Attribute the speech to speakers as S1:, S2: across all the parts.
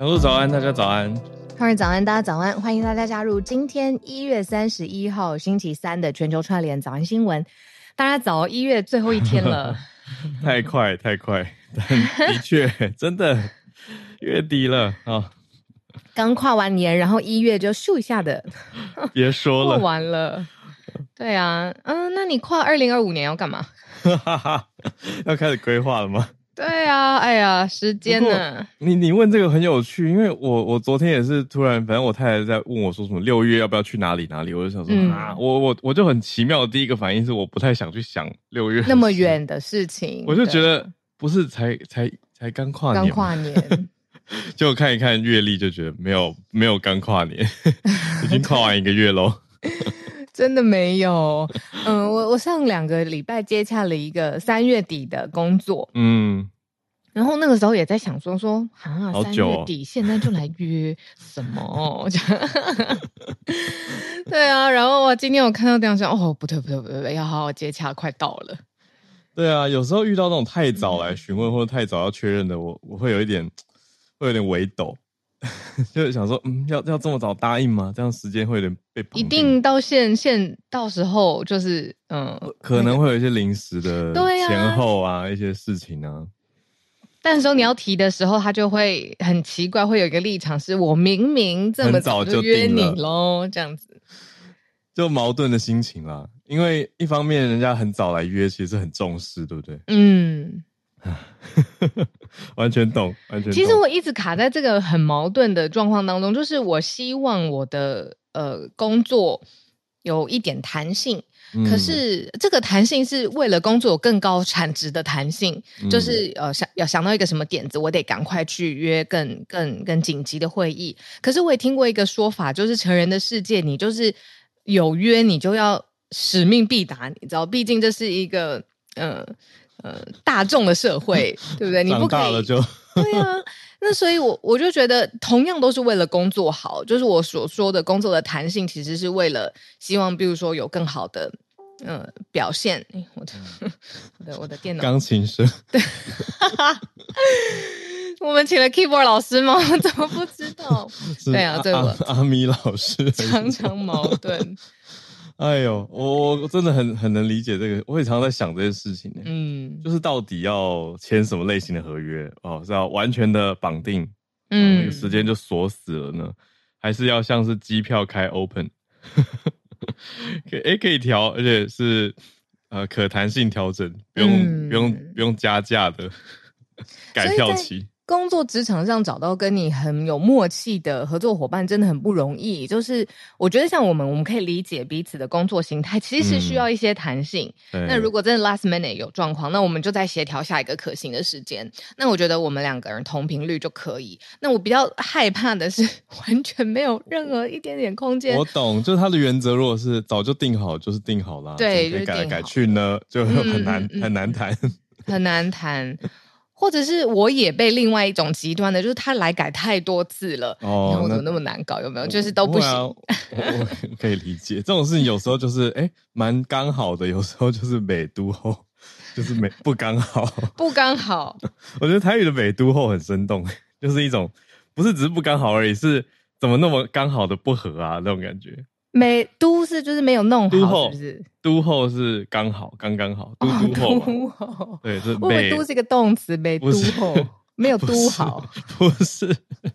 S1: 常叔早安，大家早安。
S2: 浩儿早安，大家早安，欢迎大家加入今天1月31号星期三的全球串联早安新闻。大家早，1月最后一天了。
S1: 太快，但的确真的月底了啊！
S2: 刚跨完年，然后1月就咻一下的，
S1: 别说了，
S2: 过完了。对啊，那你跨2025年要干嘛？
S1: 要开始规划了吗？
S2: 对啊，哎呀，时间呢？
S1: 你问这个很有趣，因为我昨天也是突然，反正我太太在问我说什么6月要不要去哪里，我就想说我就很奇妙的第一个反应是我不太想去想6月
S2: 那么远的事情，
S1: 我就觉得不是才刚跨年，
S2: 刚跨年，
S1: 就看一看月历就觉得没有刚跨年，已经跨完1个月咯。
S2: 真的没有，我上2个礼拜接洽了一个3月底的工作，然后那个时候也在想说3月底现在就来约什么？对啊，然后我今天我看到这样想，不对，要好好接洽，快到了。
S1: 对啊，有时候遇到那种太早来询问或者太早要确认的，我会有点微抖。就是想说，要这么早答应吗？这样时间会有点被绑定。
S2: 一定到到时候就是
S1: 可能会有一些临时的前后啊，一些事情啊。
S2: 但是你要提的时候，他就会很奇怪，会有一个立场是我明明这么早就约你咯，这样子
S1: 就矛盾的心情啦。因为一方面人家很早来约，其实很重视，对不对？完全懂。
S2: 其实我一直卡在这个很矛盾的状况当中，就是我希望我的工作有一点弹性，可是这个弹性是为了工作有更高产值的弹性，就是想到一个什么点子，我得赶快去约更紧急的会议。可是我也听过一个说法，就是成人的世界，你就是有约你就要使命必达，你知道，毕竟这是一个大众的社会，对不对？你不可以长大了就对啊。那所以我就觉得同样都是为了工作好，就是我所说的工作的弹性其实是为了希望比如说有更好的表现。我的电脑
S1: 钢琴声
S2: 对我们请了 keyboard 老师吗？我怎么不知道？对啊，对，
S1: 阿咪老师
S2: 常矛盾。
S1: 哎呦，我真的很能理解这个，我也常在想这件事情。就是到底要签什么类型的合约是要完全的绑定，那个时间就锁死了呢，还是要像是机票开 open， 可以调，而且是可弹性调整，不用加价的改票期。
S2: 工作职场上找到跟你很有默契的合作伙伴真的很不容易，就是我觉得像我们可以理解彼此的工作形态其实是需要一些弹性，那如果真的 last minute 有状况，那我们就再协调下一个可行的时间，那我觉得我们2个人同频率就可以。那我比较害怕的是完全没有任何一点点空间。
S1: 我懂，就是他的原则如果是早就定好就是定好啦，
S2: 对，
S1: 可以改来改去呢，就很难谈
S2: 很难谈。或者是我也被另外一种极端的，就是他来改太多次了，然后我怎么那么难搞？有没有？就是都不行。
S1: 我可以理解这种事情，有时候就是蛮刚好的，有时候就是美都后，就是不刚好，
S2: 不刚好。
S1: 我觉得台语的美都后很生动，就是一种不是只是不刚好而已，是怎么那么刚好的不合啊那种感觉。
S2: 美都是就是没有弄好，是不是？
S1: 都后是刚好，刚刚好，都后。对，是美。
S2: 都是一个动词，美都后没有都好，
S1: 不是，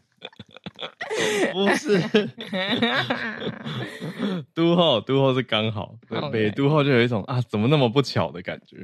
S1: 都后是刚好，美都后就有一种怎么那么不巧的感觉。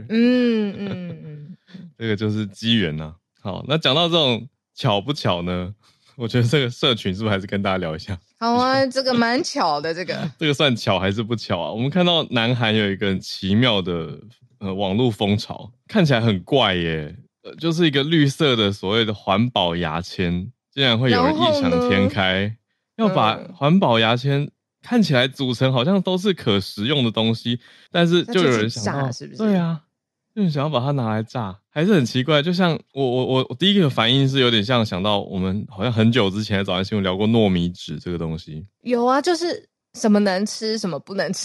S1: 这个就是机缘啊。好，那讲到这种巧不巧呢？我觉得这个社群是不是还是跟大家聊一下？
S2: 好啊，这个蛮巧的，这个
S1: 算巧还是不巧啊？我们看到南韩有一个很奇妙的网络风潮，看起来很怪耶，就是一个绿色的所谓的环保牙签，竟然会有人异想天开，要把环保牙签看起来组成好像都是可食用的东西，但是就有人想到，
S2: 是不是？
S1: 对啊。就想要把它拿来炸，还是很奇怪。就像我第一个反应是有点像想到我们好像很久之前的早安新闻聊过糯米纸这个东西。
S2: 有啊，就是什么能吃什么不能吃。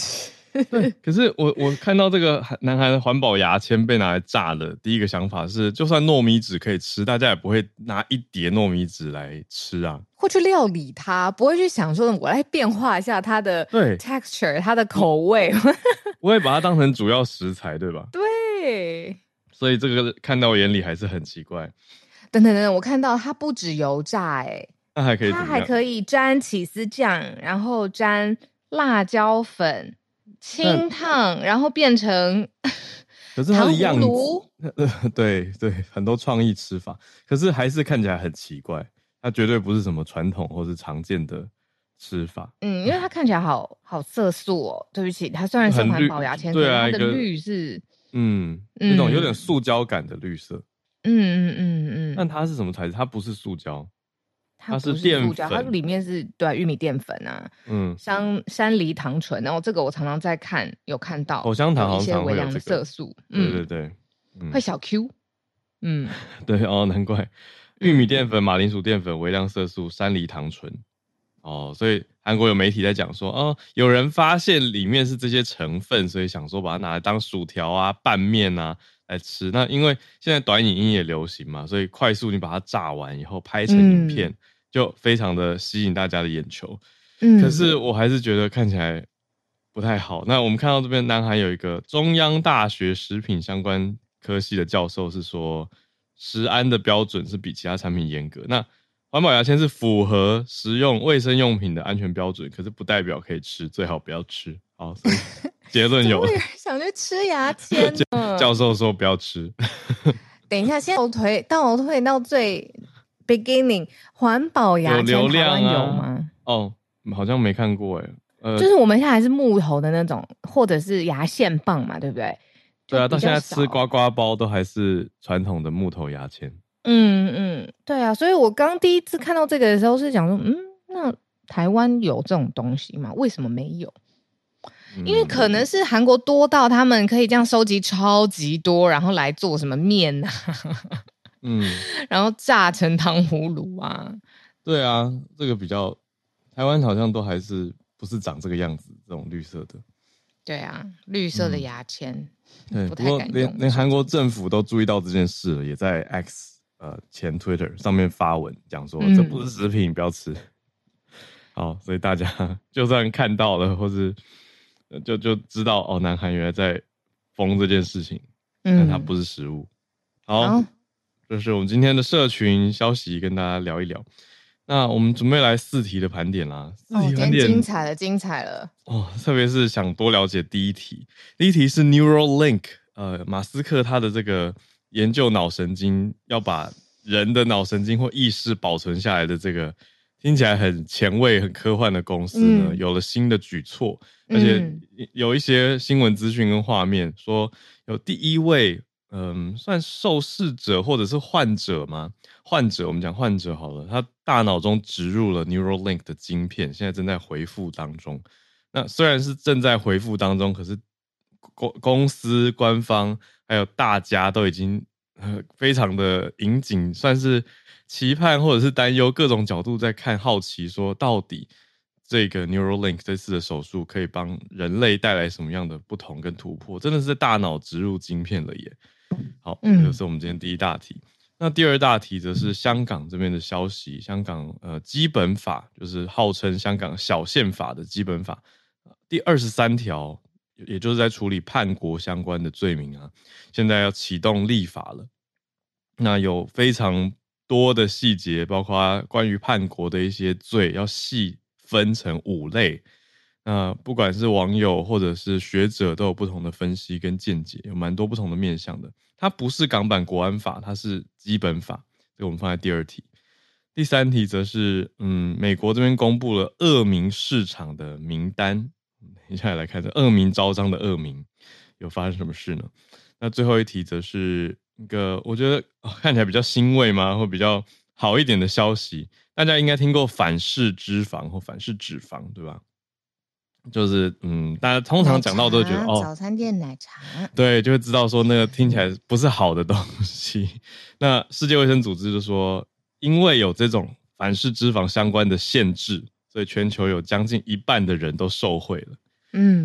S1: 对，可是我看到这个南韩的环保牙签被拿来炸了，第一个想法是，就算糯米纸可以吃，大家也不会拿一叠糯米纸来吃啊，
S2: 或去料理它，不会去想说我来变化一下它的 texture， 它的口味，
S1: 不会把它当成主要食材，对吧？
S2: 对，
S1: 所以这个看到眼里还是很奇怪。
S2: 等等等等，我看到它不止油炸，
S1: 那还可以怎么样？
S2: 它还可以沾起司酱，然后沾辣椒粉，清烫，然后变成
S1: 可是它的样子，
S2: 对
S1: 对，很多创意吃法，可是还是看起来很奇怪。它绝对不是什么传统或是常见的吃法。
S2: 因为它看起来好色素哦。对不起，它虽然是环保牙签，
S1: 对啊，
S2: 它的绿是
S1: 那种有点塑胶感的绿色。但它是什么材质？它不是塑胶，它是淀粉，
S2: 它里面是对玉米淀粉啊，山梨糖醇，然后这个我常常在有看到
S1: 口香糖好像
S2: 有一些微量的色素，
S1: 对，
S2: 会小 Q，
S1: 对哦，难怪玉米淀粉、马铃薯淀粉、微量色素、山梨糖醇哦，所以韩国有媒体在讲说，有人发现里面是这些成分，所以想说把它拿来当薯条啊、拌面啊来吃。那因为现在短影音也流行嘛，所以快速你把它炸完以后拍成影片，就非常的吸引大家的眼球。可是我还是觉得看起来不太好。那我们看到这边，南韩有一个中央大学食品相关科系的教授是说，食安的标准是比其他产品严格。那环保牙签是符合食用卫生用品的安全标准，可是不代表可以吃，最好不要吃。好，所以结论有了。
S2: 想去吃牙签
S1: 教授说不要吃。
S2: 等一下，先倒退到最 beginning， 环保牙签台湾有吗？
S1: 好像没看过
S2: 就是我们现在还是木头的那种，或者是牙线棒嘛，对不对？
S1: 对啊，到现在吃刮刮包都还是传统的木头牙签。
S2: 对啊，所以我刚第一次看到这个的时候是想说，那台湾有这种东西吗？为什么没有？因为可能是韩国多到他们可以这样收集超级多，然后来做什么面啊，然后炸成糖葫芦啊。
S1: 对啊，这个比较台湾好像都还是不是长这个样子，这种绿色的。
S2: 对啊，绿色的牙签，
S1: 对，
S2: 不太敢用。
S1: 连韩国政府都注意到这件事了，也在 X 前 Twitter 上面发文讲说，这不是食品，不要吃。好，所以大家就算看到了，或是就知道南韩原来在封这件事情，但它不是食物。好，这是我们今天的社群消息，跟大家聊一聊。那我们准备来4题的盘点啦。4题盘点
S2: 精彩了
S1: 特别是想多了解第一题。第一题是 Neuralink， 马斯克他的这个研究脑神经，要把人的脑神经或意识保存下来的这个听起来很前卫、很科幻的公司呢，有了新的举措，而且有一些新闻资讯跟画面说，有第一位算受试者或者是患者吗？我们讲患者好了，他大脑中植入了 Neuralink 的晶片，现在正在恢复当中。那虽然是正在恢复当中，可是公司、官方还有大家都已经非常的引颈，算是期盼或者是担忧，各种角度在看，好奇说到底这个 Neuralink 这次的手术可以帮人类带来什么样的不同跟突破？真的是在大脑植入晶片了耶！好，这是我们今天第一大题。那第二大题则是香港这边的消息，香港基本法就是号称香港小宪法的基本法第23条，也就是在处理叛国相关的罪名啊，现在要启动立法了。那有非常多的细节，包括关于叛国的一些罪，要细分成5类。那不管是网友或者是学者都有不同的分析跟见解，有蛮多不同的面向的。它不是港版国安法，它是基本法，这个我们放在第2题。第3题则是美国这边公布了恶名市场的名单，接下来看这恶名昭彰的恶名有发生什么事呢？那最后一题则是一个我觉得看起来比较欣慰吗，或比较好一点的消息。大家应该听过反式脂肪或反式脂肪，对吧？就是大家通常讲到都觉得
S2: 早餐店奶茶，
S1: 对，就会知道说那个听起来不是好的东西。那世界卫生组织就说，因为有这种反式脂肪相关的限制，所以全球有将近1半的人都受惠了。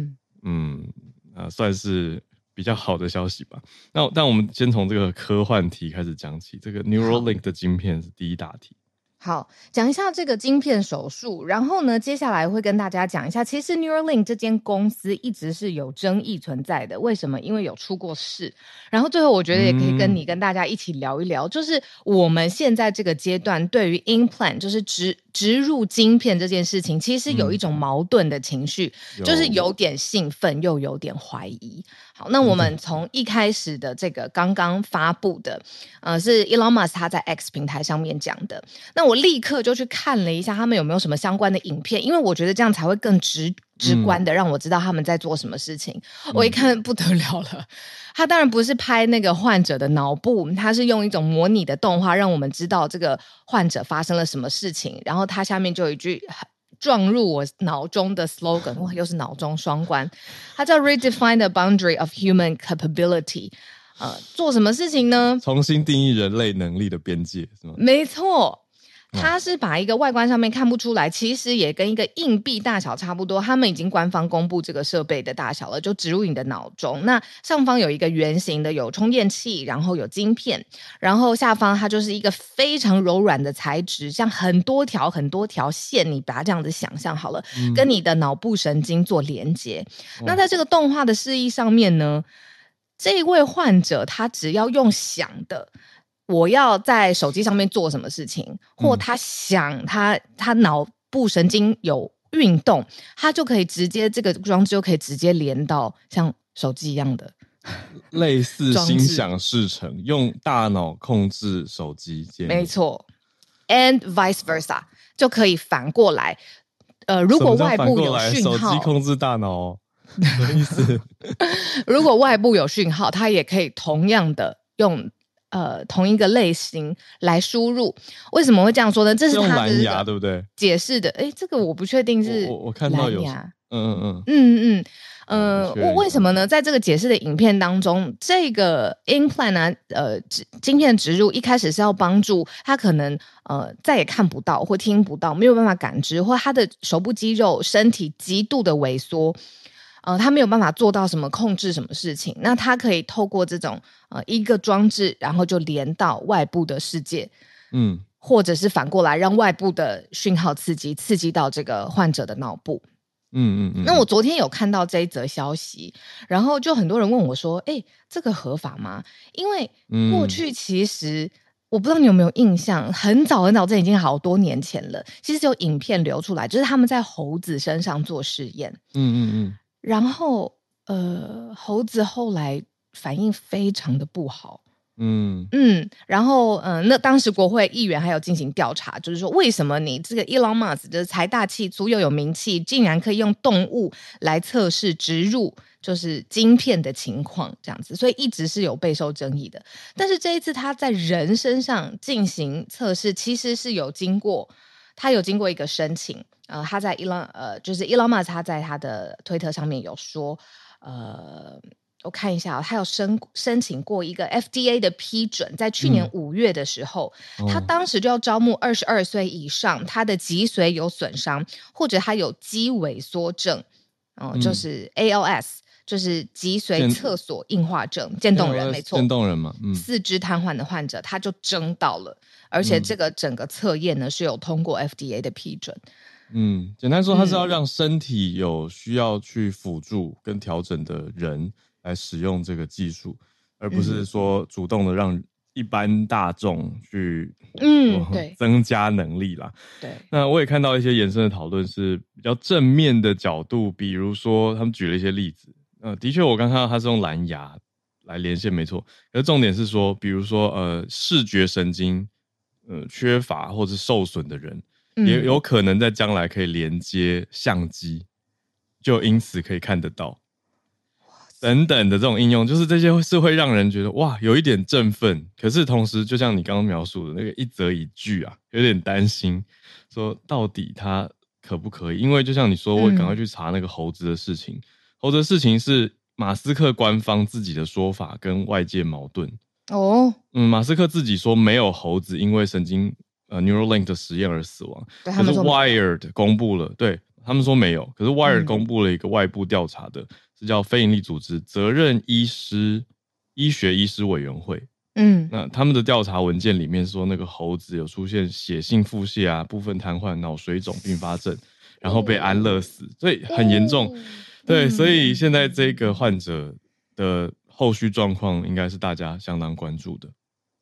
S1: 算是比较好的消息吧。但我们先从这个科幻题开始讲起，这个 Neuralink 的晶片是第一大题。
S2: 好，讲一下这个晶片手术，然后呢，接下来会跟大家讲一下，其实 Neuralink 这间公司一直是有争议存在的。为什么？因为有出过事。然后最后我觉得也可以跟大家一起聊一聊，就是我们现在这个阶段对于 implant 就是植入晶片这件事情，其实有一种矛盾的情绪，就是有点兴奋又有点怀疑。好，那我们从一开始的这个刚刚发布的，是 Elon Musk 他在 X 平台上面讲的。那我立刻就去看了一下他们有没有什么相关的影片，因为我觉得这样才会更直观的让我知道他们在做什么事情。我一看不得了了，他当然不是拍那个患者的脑部，他是用一种模拟的动画让我们知道这个患者发生了什么事情，然后他下面就有一句撞入我脑中的 slogan， 哇，又是脑中双关，它叫 Redefine the boundary of human capability。做什么事情呢？
S1: 重新定义人类能力的边界，是吗？
S2: 没错。它是把一个外观上面看不出来，其实也跟一个硬币大小差不多，他们已经官方公布这个设备的大小了，就植入你的脑中。那上方有一个圆形的，有充电器，然后有晶片，然后下方它就是一个非常柔软的材质，像很多条线，你把它这样子想象好了，跟你的脑部神经做连接。那在这个动画的示意上面呢，这一位患者他只要用想的，我要在手机上面做什么事情，或他想他脑部神经有运动，他就可以直接这个装置就可以直接连到像手机一样的
S1: 类似心想事成，用大脑控制手机。
S2: 没错 ，and vice versa 就可以反过来。如果外部有讯号，
S1: 手机控制大脑哦，什么意思？
S2: 如果外部有讯号，它也可以同样的用同一个类型来输入。为什么会这样说呢？这是他的
S1: 蓝牙对不对？
S2: 解释的。这个我不确定是
S1: 我看到有蓝牙。
S2: 为什么呢？在这个解释的影片当中，这个 implant 啊，晶片植入一开始是要帮助他可能再也看不到或听不到，没有办法感知，或他的手部肌肉身体极度的萎缩。他没有办法做到什么控制什么事情，那他可以透过这种一个装置，然后就连到外部的世界，或者是反过来让外部的讯号刺激到这个患者的脑部。那我昨天有看到这一则消息，然后就很多人问我说：“这个合法吗？”因为过去其实我不知道你有没有印象，很早这已经好多年前了。其实有影片流出来，就是他们在猴子身上做试验。然后猴子后来反应非常的不好。然后那当时国会议员还有进行调查，就是说为什么你这个 Elon Musk 就是财大气粗又有名气，竟然可以用动物来测试植入就是晶片的情况这样子，所以一直是有备受争议的。但是这一次他在人身上进行测试，其实是有经过一个申请。他在就是 Elon Musk 他在他的推特上面有说，我看一下他有申请过一个 FDA 的批准，在去年5月的时候，他当时就要招募22岁以上，他的脊髓有损伤，或者他有肌萎缩症，就是 ALS， 就是脊髓侧索硬化症，渐冻人没错，
S1: 渐冻人嘛，
S2: 四肢瘫痪的患者他就征到了，而且这个整个测验呢是有通过 FDA 的批准。
S1: 简单说，它是要让身体有需要去辅助跟调整的人来使用这个技术，而不是说主动的让一般大众去增加能力啦。
S2: 对，
S1: 那我也看到一些延伸的讨论是比较正面的角度，比如说他们举了一些例子。的确我刚看到他是用蓝牙来连线，没错。可是重点是说，比如说视觉神经缺乏或是受损的人。也有可能在将来可以连接相机，就因此可以看得到等等的这种应用，就是这些是会让人觉得哇有一点振奋，可是同时就像你刚刚描述的那个一则一句啊，有点担心说到底它可不可以。因为就像你说，我赶快去查那个猴子的事情，猴子的事情是马斯克官方自己的说法跟外界矛盾。马斯克自己说没有猴子因为神经Neuralink 的实验而死亡，可是 Wired 公布了，对， 他们说没有，可是 Wire 公布了一个外部调查的，是叫非营利组织责任医学医师委员会。那他们的调查文件里面说，那个猴子有出现血性腹泻啊、部分瘫痪、脑水肿并发症，然后被安乐死，所以很严重。对，所以现在这个患者的后续状况应该是大家相当关注的。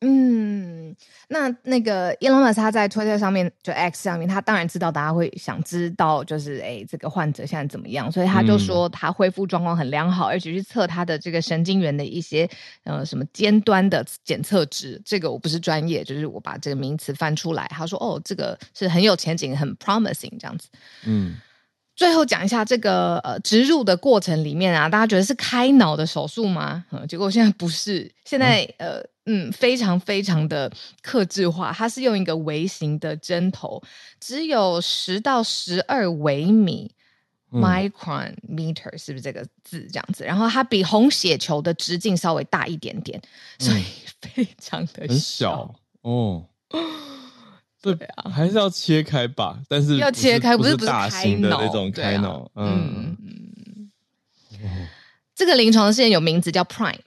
S2: 那个 Elon Musk 他在 Twitter 上面就 X 上面，他当然知道大家会想知道就是这个患者现在怎么样，所以他就说他恢复状况很良好，而且去测他的这个神经元的一些什么尖端的检测值，这个我不是专业，就是我把这个名词翻出来，他说这个是很有前景，很 promising 这样子。最后讲一下这个植入的过程里面啊，大家觉得是开脑的手术吗？结果现在不是，现在非常非常的客制化，它是用一个微型的针头，只有10到12微米。micrometer 是不是这个字这样子？然后它比红血球的直径稍微大一点点，所以非常的
S1: 很小哦。对啊，还是要切开吧，但是
S2: 要切开，不是
S1: 大型的那种开脑。
S2: 这个临床试验有名字叫 Prime。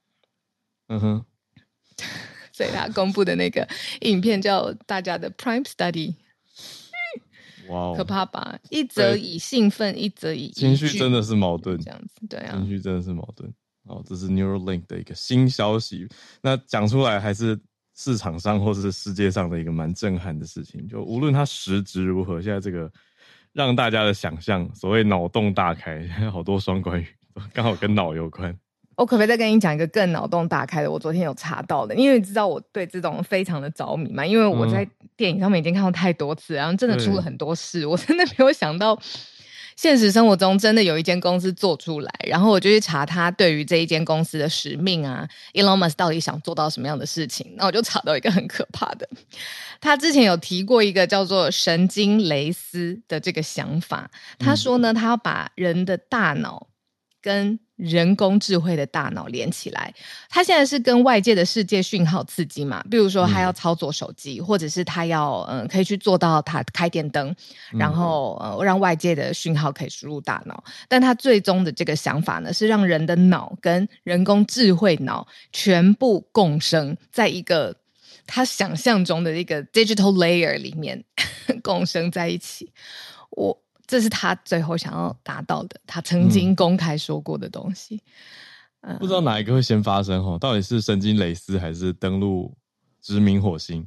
S2: 所以他公布的那个影片叫大家的 Prime Study。
S1: 哇，
S2: 可怕吧？一则以兴奋，一则以
S1: 情绪真的是矛盾，
S2: 这样子，对啊，
S1: 情绪真的是矛盾。这是 Neuralink 的一个新消息，那讲出来还是市场上或是世界上的一个蛮震撼的事情。就无论它实质如何，现在这个让大家的想象，所谓脑洞大开，好多双关语，刚好跟脑有关。
S2: 我可不可以再跟你讲一个更脑洞大开的？我昨天有查到的，因为你知道我对这种非常的着迷嘛，因为我在电影上面已经看到太多次，然后真的出了很多事，我真的没有想到现实生活中真的有一间公司做出来，然后我就去查他对于这一间公司的使命啊 ，Elon Musk 到底想做到什么样的事情？那我就查到一个很可怕的，他之前有提过一个叫做神经蕾丝的这个想法，他说呢，他要把人的大脑跟人工智慧的大脑连起来，他现在是跟外界的世界讯号刺激嘛，比如说他要操作手机，或者是他要可以去做到他开电灯，然后让外界的讯号可以输入大脑，但他最终的这个想法呢，是让人的脑跟人工智慧脑全部共生在一个他想象中的一个 digital layer 里面共生在一起。这是他最后想要达到的，他曾经公开说过的东西。
S1: 不知道哪一个会先发生到底是神经蕾丝还是登陆殖民火星？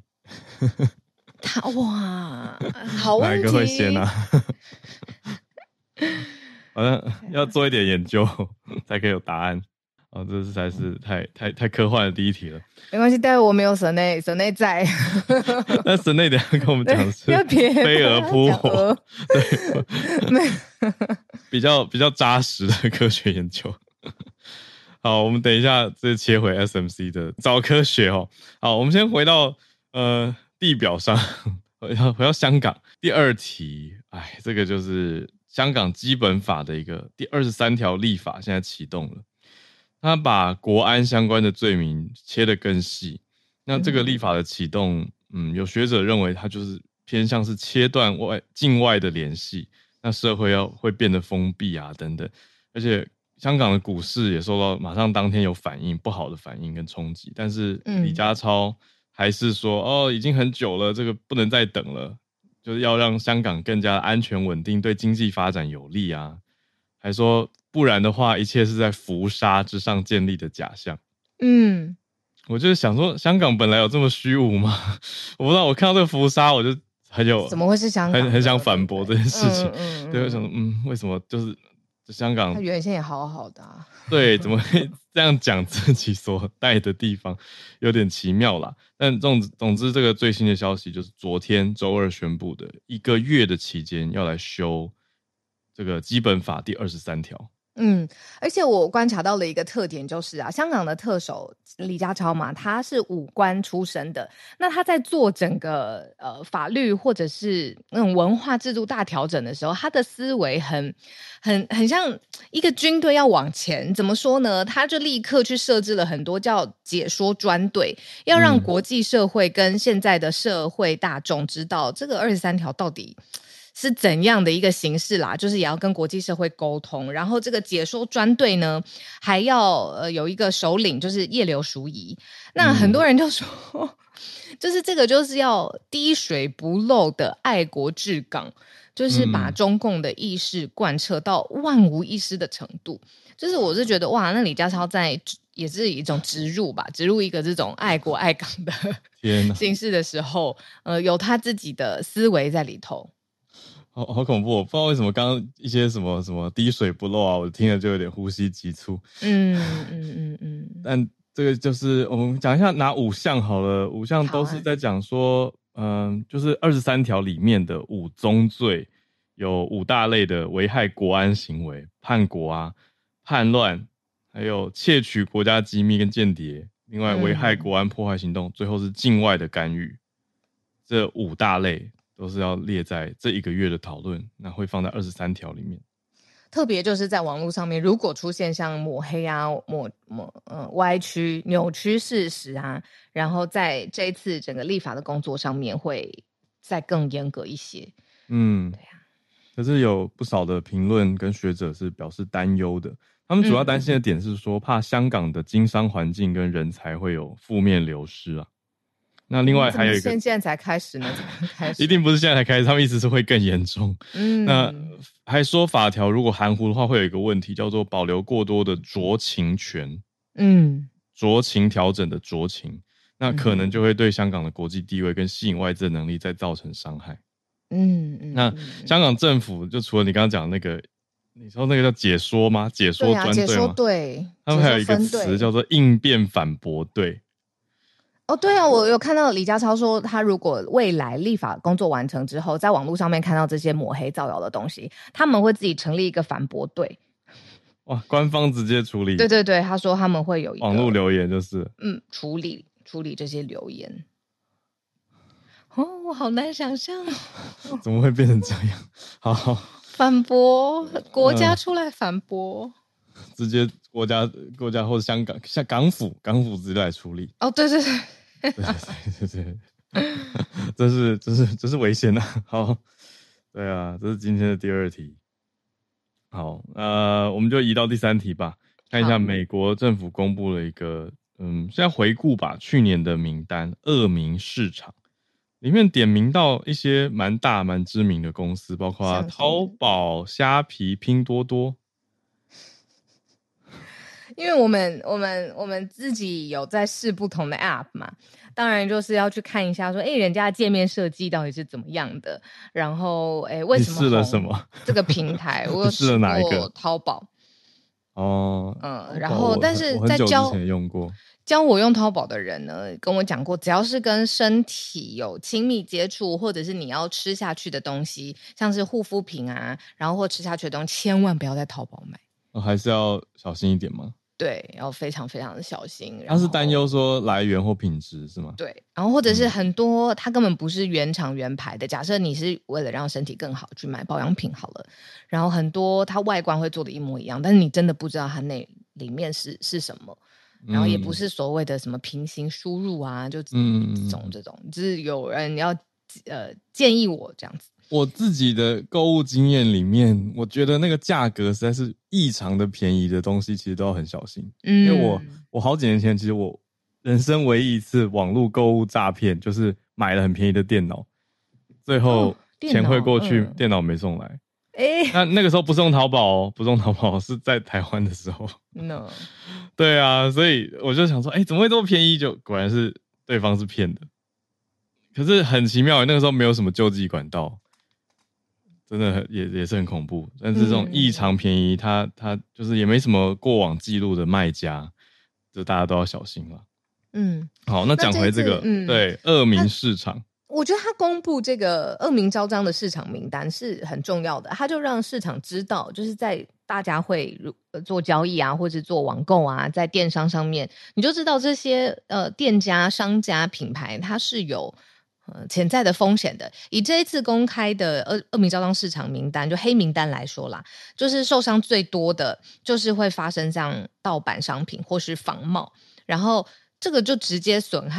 S2: 哇，好问题，
S1: 哪一个会先啊？好像要做一点研究才可以有答案。这实在是太科幻的第一题了。
S2: 没关系，待会我没有神内在。
S1: 那神内等一下跟我们讲的是飞蛾扑火，对，比较扎实的科学研究。好，我们等一下再切回 SMC 的早科学好，我们先回到地表上，回到香港第二题。这个就是香港基本法的一个第23条立法，现在启动了。他把国安相关的罪名切得更细，那这个立法的启动，有学者认为它就是偏向是切断境外的联系，那社会会变得封闭啊等等，而且香港的股市也受到马上当天有反应，不好的反应跟冲击，但是李家超还是说已经很久了，这个不能再等了，就是要让香港更加安全稳定，对经济发展有利啊，还说不然的话，一切是在浮沙之上建立的假象。我就是想说，香港本来有这么虚无吗？我不知道，我看到这个浮沙，我就
S2: 怎么会是香港？
S1: 很想反驳这件事情。对，我想说，为什么就是香港？
S2: 他原先也好好的啊。
S1: 对，怎么会这样讲自己所在的地方，有点奇妙啦。但总之，这个最新的消息就是昨天周二宣布的1个月的期间要来修这个基本法第23条。
S2: 而且我观察到了一个特点，就是香港的特首李家超嘛，他是武官出身的，那他在做整个法律或者是那种文化制度大调整的时候，他的思维很像一个军队要往前，怎么说呢？他就立刻去设置了很多叫解说专队，要让国际社会跟现在的社会大众知道这个23条到底是怎样的一个形式啦，就是也要跟国际社会沟通，然后这个解说专队呢还要有一个首领，就是叶刘淑仪。那很多人就说就是这个就是要滴水不漏的爱国治港，就是把中共的意识贯彻到万无一失的程度。就是我是觉得哇，那李家超在也是一种植入吧，植入一个这种爱国爱港的形式的时候，有他自己的思维在里头。
S1: 好恐怖！我不知道为什么刚刚一些什么滴水不漏啊，我听了就有点呼吸急促。但这个就是我们讲一下哪5项好了，5项都是在讲说，就是23条里面的5宗罪，有5大类的危害国安行为，叛国啊、叛乱，还有窃取国家机密跟间谍，另外危害国安破坏行动，最后是境外的干预，这5大类都是要列在这1个月的讨论，那会放在23条里面。
S2: 特别就是在网络上面，如果出现像抹黑啊、歪曲、扭曲事实啊，然后在这一次整个立法的工作上面会再更严格一些。对啊。
S1: 可是有不少的评论跟学者是表示担忧的，他们主要担心的点是说，怕香港的经商环境跟人才会有负面流失啊。那另外还有一个，
S2: 现在才开始呢？
S1: 一定不是现在才开始，他们意思是会更严重。那还说法条如果含糊的话，会有一个问题叫做保留过多的酌情权。酌情调整的酌情，那可能就会对香港的国际地位跟吸引外资的能力再造成伤害。那香港政府就除了你刚刚讲那个，你说那个叫解说吗？解说专队吗？
S2: 解说队，
S1: 他们还有一个词叫做应变反驳队。
S2: 对啊，我有看到李家超说，他如果未来立法工作完成之后，在网络上面看到这些抹黑造谣的东西，他们会自己成立一个反驳队。
S1: 哇，官方直接处理？
S2: 对对对，他说他们会有一个
S1: 网络留言，就是
S2: 处理这些留言。我好难想象
S1: 怎么会变成这样？好，
S2: 反驳国家出来反驳。
S1: 直接国家或者香港港府直接来处理。
S2: 对对
S1: 对，这是危险的。好，对啊，这是今天的第2题。好，我们就移到第3题吧，看一下美国政府公布了一个，现在回顾吧，去年的名单，恶名市场里面点名到一些蛮大蛮知名的公司，包括淘宝、虾皮、拼多多。
S2: 因为我们自己有在试不同的 App 嘛，当然就是要去看一下说，人家的界面设计到底是怎么样的，然后为什么
S1: 你试了什么？
S2: 这个平台我有
S1: 试了哪一个？
S2: 淘宝。
S1: 然
S2: 后但是在教我用淘宝的人呢，跟我讲过，只要是跟身体有亲密接触，或者是你要吃下去的东西，像是护肤品啊，然后或吃下去的东西，千万不要在淘宝买。
S1: 还是要小心一点吗？
S2: 对，要非常非常的小心。
S1: 他是担忧说来源或品质是吗？
S2: 对，然后或者是很多它根本不是原厂原牌的。假设你是为了让身体更好去买保养品好了，然后很多它外观会做的一模一样，但是你真的不知道它里面是什么，然后也不是所谓的什么平行输入啊，就这种，就是有人要建议我这样子。
S1: 我自己的购物经验里面，我觉得那个价格实在是异常的便宜的东西，其实都要很小心。因为我好几年前，其实我人生唯一一次网络购物诈骗，就是买了很便宜的电脑，最后钱汇过去，电脑没送来。那个时候不是用淘宝不是用淘宝，是在台湾的时候。对啊，所以我就想说，怎么会这么便宜？就果然是对方是骗的。可是很奇妙，那个时候没有什么救济管道。真的也是很恐怖，但是这种异常便宜，它就是也没什么过往记录的卖家，就大家都要小心了。好，那讲回这个，对，恶名市场，
S2: 我觉得他公布这个恶名昭彰的市场名单是很重要的，他就让市场知道，就是在大家会做交易啊，或者做网购啊，在电商上面，你就知道这些店家、商家、品牌，它是有潜在的风险的。以这一次公开的恶名昭彰市场名单，就黑名单来说啦，就是受伤最多的就是会发生像盗版商品或是仿冒，然后这个就直接损害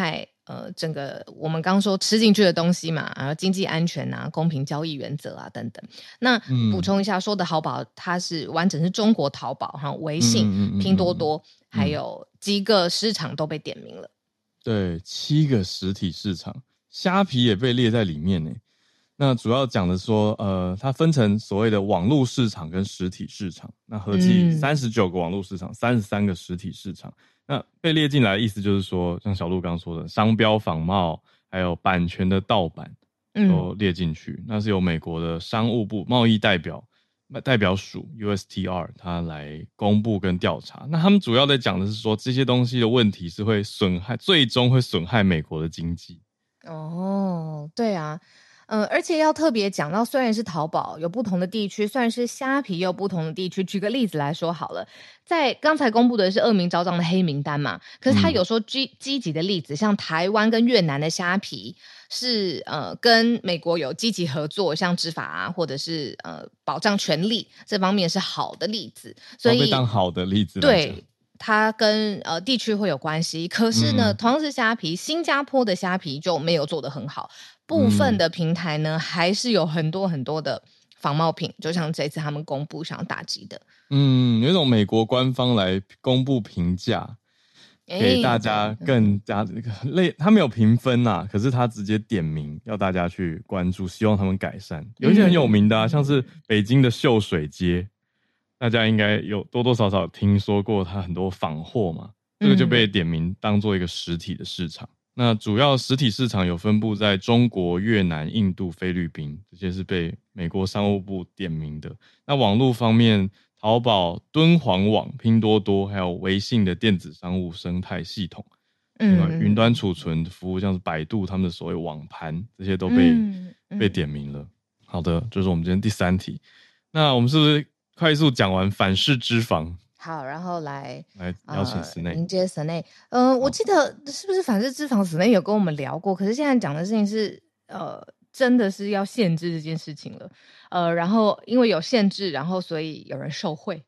S2: 整个我们刚刚说吃进去的东西嘛，然后经济安全啊、公平交易原则啊等等。那补充一下，说的淘宝它是完整是中国淘宝哈、微信、拼多多，还有几个市场都被点名了。
S1: 对，7个实体市场，虾皮也被列在里面呢。那主要讲的说，它分成所谓的网络市场跟实体市场，那合计39个网络市场，33个实体市场。那被列进来的意思就是说，像小鹿刚刚说的，商标仿冒还有版权的盗版都列进去。那是由美国的商务部贸易代表署 USTR 它来公布跟调查。那他们主要在讲的是说，这些东西的问题是会最终会损害美国的经济。
S2: 哦，对啊。而且要特别讲到，虽然是淘宝有不同的地区，虽然是虾皮有不同的地区。举个例子来说好了，在刚才公布的是恶名昭彰的黑名单嘛，可是他有说积极的例子，像台湾跟越南的虾皮是跟美国有积极合作，像执法啊，或者是保障权利这方面是好的例子，所以
S1: 被当好的例子来讲。
S2: 对。它跟地区会有关系，可是呢，同样是虾皮，新加坡的虾皮就没有做得很好，部分的平台呢，还是有很多很多的仿冒品，就像这次他们公布想要打击的。
S1: 有一种美国官方来公布评价，给大家更加他没有评分啊，可是他直接点名要大家去关注，希望他们改善。有一些很有名的像是北京的秀水街。大家应该有多多少少听说过它很多仿货嘛，这个就被点名当做一个实体的市场。那主要实体市场有分布在中国、越南、印度、菲律宾，这些是被美国商务部点名的。那网络方面，淘宝、敦煌网、拼多多，还有微信的电子商务生态系统，云端储存服务，像是百度他们的所谓网盘，这些都被点名了。好的，这是我们今天第3题。那我们是不是快速讲完反式脂肪？
S2: 好，然后来
S1: 邀请室内
S2: 迎接室内。我记得是不是反式脂肪室内有跟我们聊过？可是现在讲的事情是真的是要限制这件事情了。然后因为有限制，然后所以有人受贿。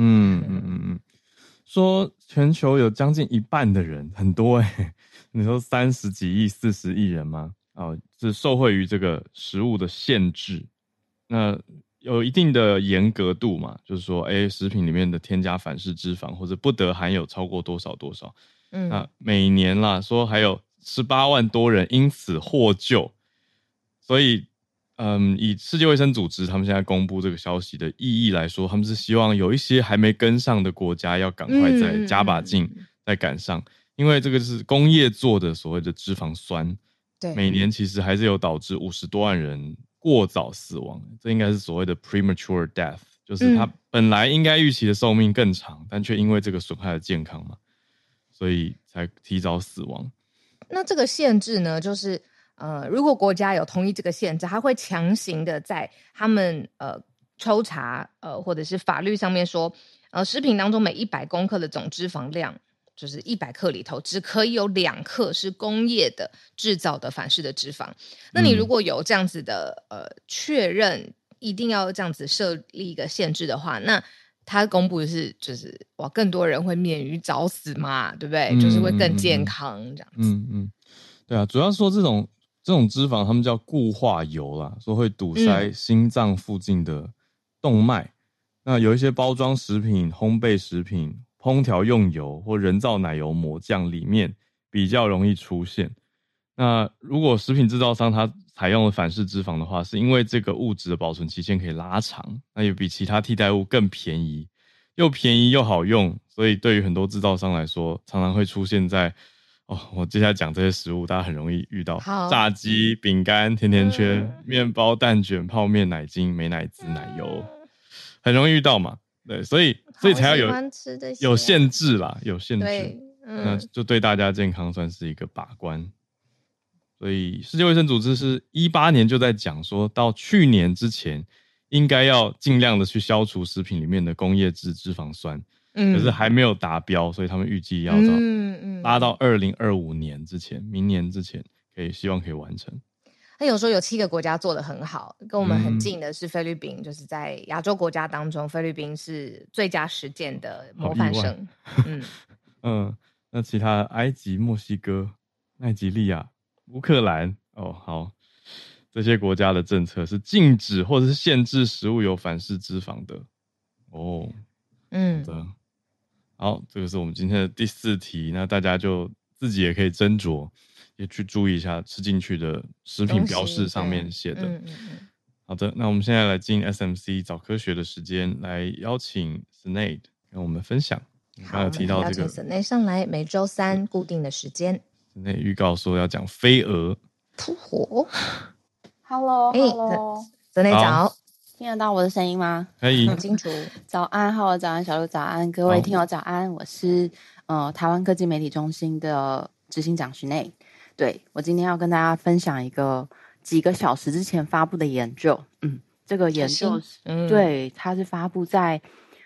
S1: 说全球有将近一半的人，很多你说30几亿、40亿人吗？是受惠于这个食物的限制。那有一定的严格度嘛，就是说，食品里面的添加反式脂肪或者不得含有超过多少多少。那每年啦，说还有18万多人因此获救。所以，以世界卫生组织他们现在公布这个消息的意义来说，他们是希望有一些还没跟上的国家要赶快再加把劲，再赶上，因为这个是工业做的所谓的脂肪酸，
S2: 对，
S1: 每年其实还是有导致50多万人过早死亡，这应该是所谓的 premature death， 就是他本来应该预期的寿命更长，但却因为这个损害了健康嘛，所以才提早死亡。
S2: 那这个限制呢，就是如果国家有同意这个限制，它会强行的在他们抽查或者是法律上面说，食品当中每100公克的总脂肪量，就是100克里头只可以有2克是工业的制造的反式的脂肪。那你如果有这样子的确认，一定要这样子设立一个限制的话，那他公布的是就是哇，更多人会免于早死嘛，对不对？就是会更健康这样子。
S1: 对啊，主要说这种脂肪，他们叫固化油啦，说会堵塞心脏附近的动脉。那有一些包装食品、烘焙食品、烹调用油或人造奶油抹酱里面比较容易出现。那如果食品制造商它采用了反式脂肪的话，是因为这个物质的保存期限可以拉长，那也比其他替代物更便宜，又便宜又好用，所以对于很多制造商来说，常常会出现在我接下来讲这些食物，大家很容易遇到炸鸡、饼干、甜甜圈、面包、蛋卷、泡面、奶精、美乃滋、奶油，很容易遇到嘛。对，所以才要有限制啦，有限制，那就对大家健康算是一个把关。所以世界卫生组织是18年就在讲说，到去年之前应该要尽量的去消除食品里面的工业制脂肪酸，可是还没有达标，所以他们预计要拉到2025年之前，明年之前希望可以完成。
S2: 他有说有7个国家做得很好，跟我们很近的是菲律宾，就是在亚洲国家当中，菲律宾是最佳实践的模范生。
S1: 那其他埃及、墨西哥奈及利亚、乌克兰。好，这些国家的政策是禁止或者是限制食物有反式脂肪的。好的。好，这个是我们今天的第4题，那大家就自己也可以斟酌，也去注意一下吃进去的食品标示上面写的。好的，那我们现在来进 SMC 早科学的时间，来邀请 Sinead 跟我们分享。刚刚有提到这个
S2: Sinead 上来，每周3固定的时间。
S1: Sinead 预告说要讲飞蛾
S2: 扑火。
S3: Hello，
S2: Sinead 早，
S3: 听得到我的声音吗？
S1: 可以，
S2: 很清楚。
S3: 早安，早安，小鹿早安，各位听友早安，我是台湾科技媒体中心的执行长Sinead。对，我今天要跟大家分享一个几个小时之前发布的研究。这个研究对，它是发布在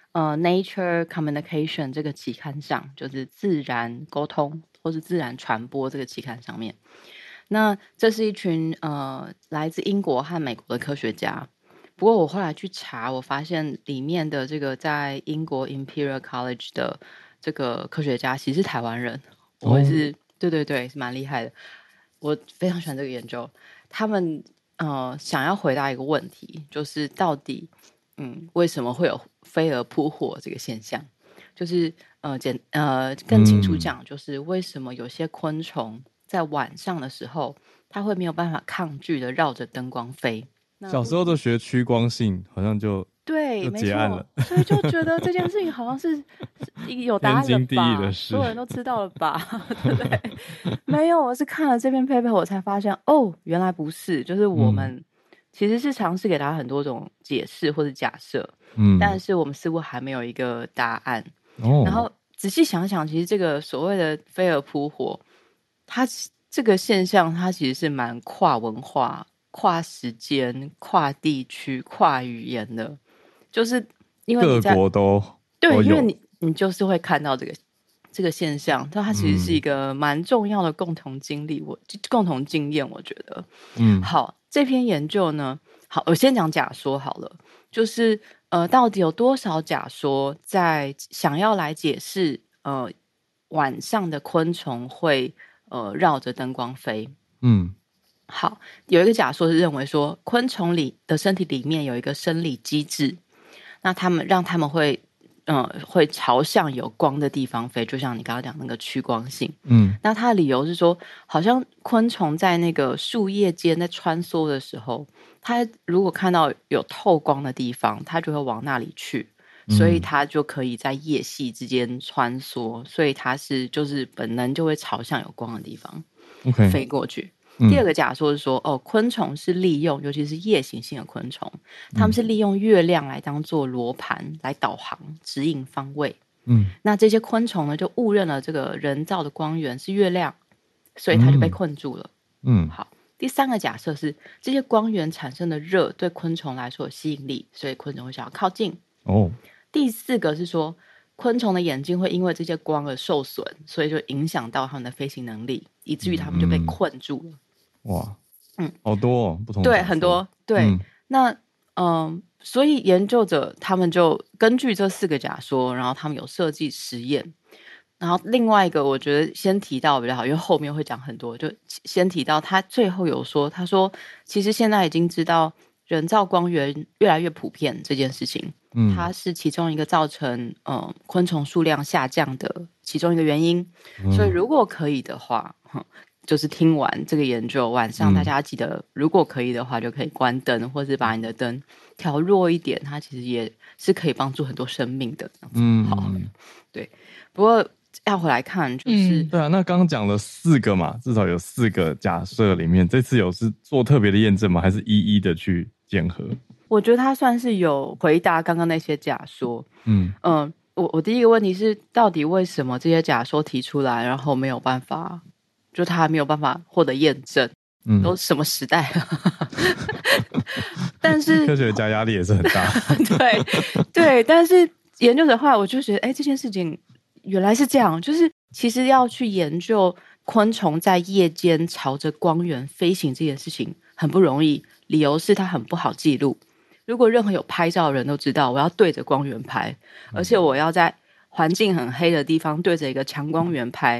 S3: Nature Communication 这个期刊上，就是自然沟通或是自然传播这个期刊上面。那这是一群来自英国和美国的科学家。不过我后来去查，我发现里面的这个在英国 Imperial College 的这个科学家其实是台湾人。我也是对，是蛮厉害的。我非常喜欢这个研究。他们想要回答一个问题，就是到底为什么会有飞蛾扑火这个现象？就是更清楚讲，就是为什么有些昆虫在晚上的时候，它会没有办法抗拒的绕着灯光飞。
S1: 小时候都学趋光性，好像就结案了，
S3: 所以就觉得这件事情好像是有答案了吧，
S1: 天经地义的事，
S3: 所有人都知道了吧，对不对？没有，我是看了这篇 paper 我才发现，原来不是，就是我们其实是尝试给他很多种解释或者假设，但是我们似乎还没有一个答案。然后仔细想想，其实这个所谓的飞蛾扑火，它这个现象，它其实是蛮跨文化、跨时间、跨地区、跨语言的，就是因为你在
S1: 各国都
S3: 对，因为你就是会看到这个现象，它其实是一个蛮重要的共同经历，共同经验，我觉得。好，这篇研究呢，好，我先讲假说好了，就是到底有多少假说在想要来解释晚上的昆虫会绕着灯光飞？好，有一个假说是认为说，昆虫的身体里面有一个生理机制，那让他们会朝向有光的地方飞，就像你刚刚讲那个趋光性。那它的理由是说，好像昆虫在那个树叶间在穿梭的时候，它如果看到有透光的地方，它就会往那里去，所以它就可以在叶系之间穿梭，所以它就是本能就会朝向有光的地方飞过去。第二个假说是说，昆虫是利用，尤其是夜行性的昆虫，它们是利用月亮来当做罗盘来导航指引方位。那这些昆虫呢，就误认了这个人造的光源是月亮，所以它就被困住了。好，第三个假设是这些光源产生的热对昆虫来说有吸引力，所以昆虫会想要靠近。第四个是说，昆虫的眼睛会因为这些光而受损，所以就影响到它们的飞行能力，以至于它们就被困住了。
S1: 哇，好多不同
S3: 对，很多对。那所以研究者他们就根据这4个假说，然后他们有设计实验。然后另外一个我觉得先提到比较好，因为后面会讲很多，就先提到他最后有说，他说其实现在已经知道人造光源越来越普遍这件事情，它是其中一个造成昆虫数量下降的其中一个原因。所以如果可以的话，就是听完这个研究，晚上大家记得，如果可以的话，就可以关灯，或是把你的灯调弱一点，它其实也是可以帮助很多生命的。好，对。不过要回来看，就是
S1: 对啊，那刚刚讲了4个嘛，至少有4个假设里面，这次有是做特别的验证吗？还是一一的去检核？
S3: 我觉得他算是有回答刚刚那些假说。我第一个问题是，到底为什么这些假说提出来，然后没有办法？就他没有办法获得验证，都什么时代了？但是
S1: 科学家压力也是很大。
S3: 对，但是研究者后来我就觉得，这件事情原来是这样，就是其实要去研究昆虫在夜间朝着光源飞行这件事情很不容易，理由是它很不好记录。如果任何有拍照的人都知道，我要对着光源拍，而且我要在环境很黑的地方对着一个强光源拍。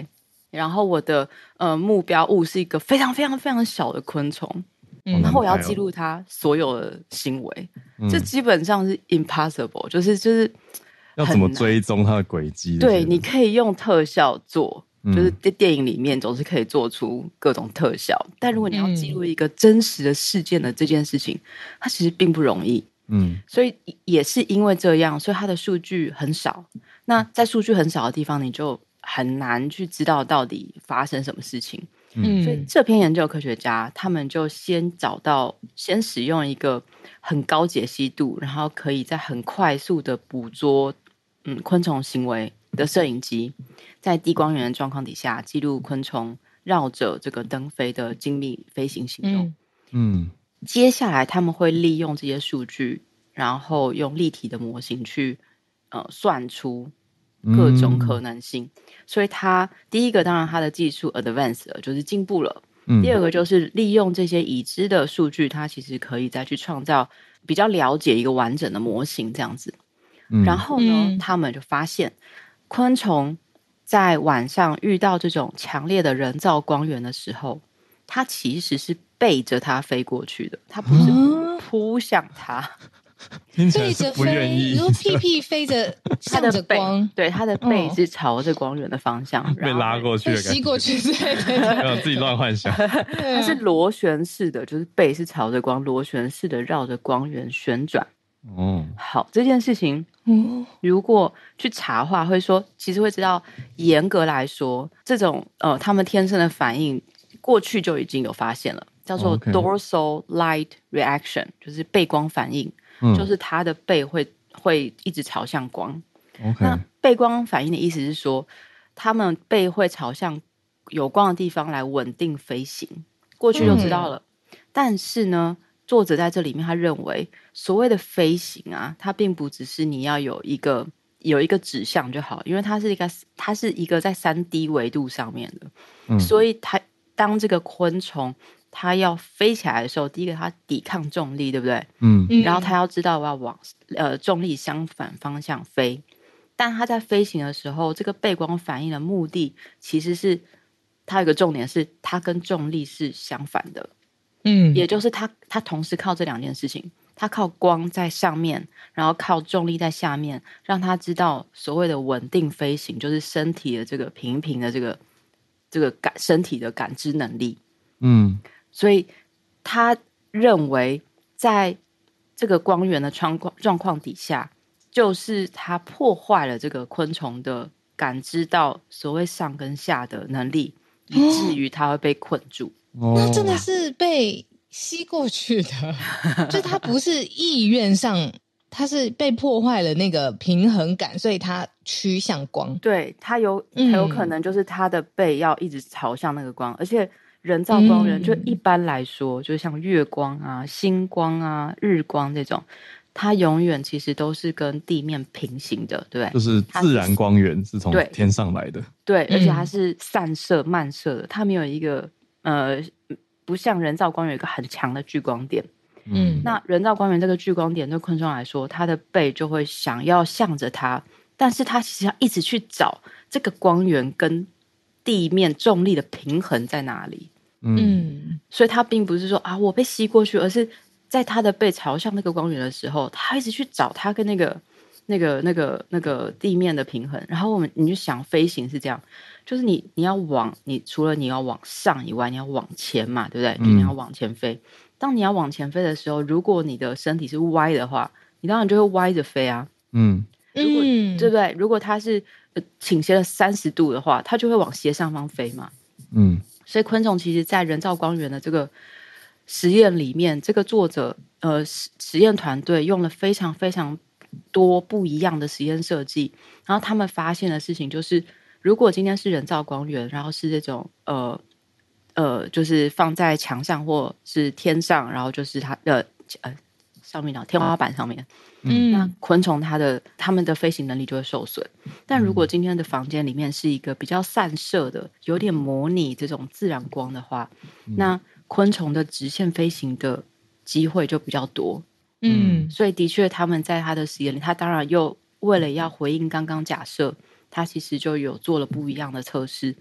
S3: 然后我的目标物是一个非常非常非常小的昆虫，然后我要记录它所有的行为，这基本上是 impossible， 就是
S1: 要怎么追踪它的轨迹？
S3: 对，你可以用特效做，就是在电影里面总是可以做出各种特效，但如果你要记录一个真实的事件的这件事情，它其实并不容易。所以也是因为这样，所以它的数据很少。那在数据很少的地方，你就很难去知道到底发生什么事情。所以这篇研究科学家他们就先使用一个很高解析度，然后可以在很快速的捕捉昆虫行为的摄影机，在低光源的状况底下记录昆虫绕着这个灯飞的精密飞行行动。接下来他们会利用这些数据，然后用立体的模型去算出各种可能性。所以第一个当然它的技术 advanced 了，就是进步了。第二个就是利用这些已知的数据，它其实可以再去创造比较了解一个完整的模型这样子。然后呢，他们就发现昆虫在晚上遇到这种强烈的人造光源的时候，它其实是背着它飞过去的，它不是扑向它。
S2: 背着飞，然后屁屁飞着向着光，
S3: 对，它的背是朝着光源的方向，
S1: 被拉过去的感觉，
S2: 吸过去，对，
S1: 自己乱幻想。
S3: 它是螺旋式的，就是背是朝着光，螺旋式的绕着光源旋转。好，这件事情，如果去查的话，会说，其实会知道，严格来说，这种他们天生的反应，过去就已经有发现了，叫做 dorsal light reaction， 就是背光反应。就是它的背会一直朝向光。那背光反应的意思是说，他们背会朝向有光的地方来稳定飞行。过去就知道了。但是呢，作者在这里面他认为，所谓的飞行啊，它并不只是你要有一个指向就好，因为它是一个在3D 维度上面的。所以当这个昆虫它要飞起来的时候，第一个它抵抗重力，对不对？然后它要知道我要往重力相反方向飞。但它在飞行的时候，这个背光反应的目的其实是它有一个重点是它跟重力是相反的。也就是它同时靠这两件事情，它靠光在上面，然后靠重力在下面，让它知道所谓的稳定飞行，就是身体的这个平的这个身体的感知能力。所以他认为在这个光源的状况底下，就是他破坏了这个昆虫的感知到所谓上跟下的能力，以至于它会被困住。
S2: 那真的是被吸过去的，就它不是意愿上，它是被破坏了那个平衡感，所以它趋向光。
S3: 对，它有可能就是它的背要一直朝向那个光，而且人造光源就一般来说，就像月光啊、星光啊、日光这种，它永远其实都是跟地面平行的，对不对？
S1: 就是自然光源是从天上来的，
S3: 对，而且它是散射、漫射的，它没有一个不像人造光源有一个很强的聚光点。那人造光源这个聚光点对昆虫来说，它的背就会想要向着它，但是它其实要一直去找这个光源跟地面重力的平衡在哪里。所以它并不是说啊我被吸过去，而是在它的背朝向那个光源的时候，它一直去找它跟那个地面的平衡。然后你就想飞行是这样，就是你除了你要往上以外，你要往前嘛，对不对？就你要往前飞。当你要往前飞的时候，如果你的身体是歪的话，你当然就会歪着飞啊。如果对不对？如果它是倾斜了30度的话，它就会往斜上方飞嘛。所以昆虫其实在人造光源的这个实验里面，这个作者实验团队用了非常非常多不一样的实验设计，然后他们发现的事情就是，如果今天是人造光源，然后是这种就是放在墙上或是天上，然后就是它的上面天花板上面，那昆虫它们的飞行能力就会受损。但如果今天的房间里面是一个比较散射的，有点模拟这种自然光的话，那昆虫的直线飞行的机会就比较多。所以的确他们在他的实验里，他当然又为了要回应刚刚假设，他其实就有做了不一样的测试。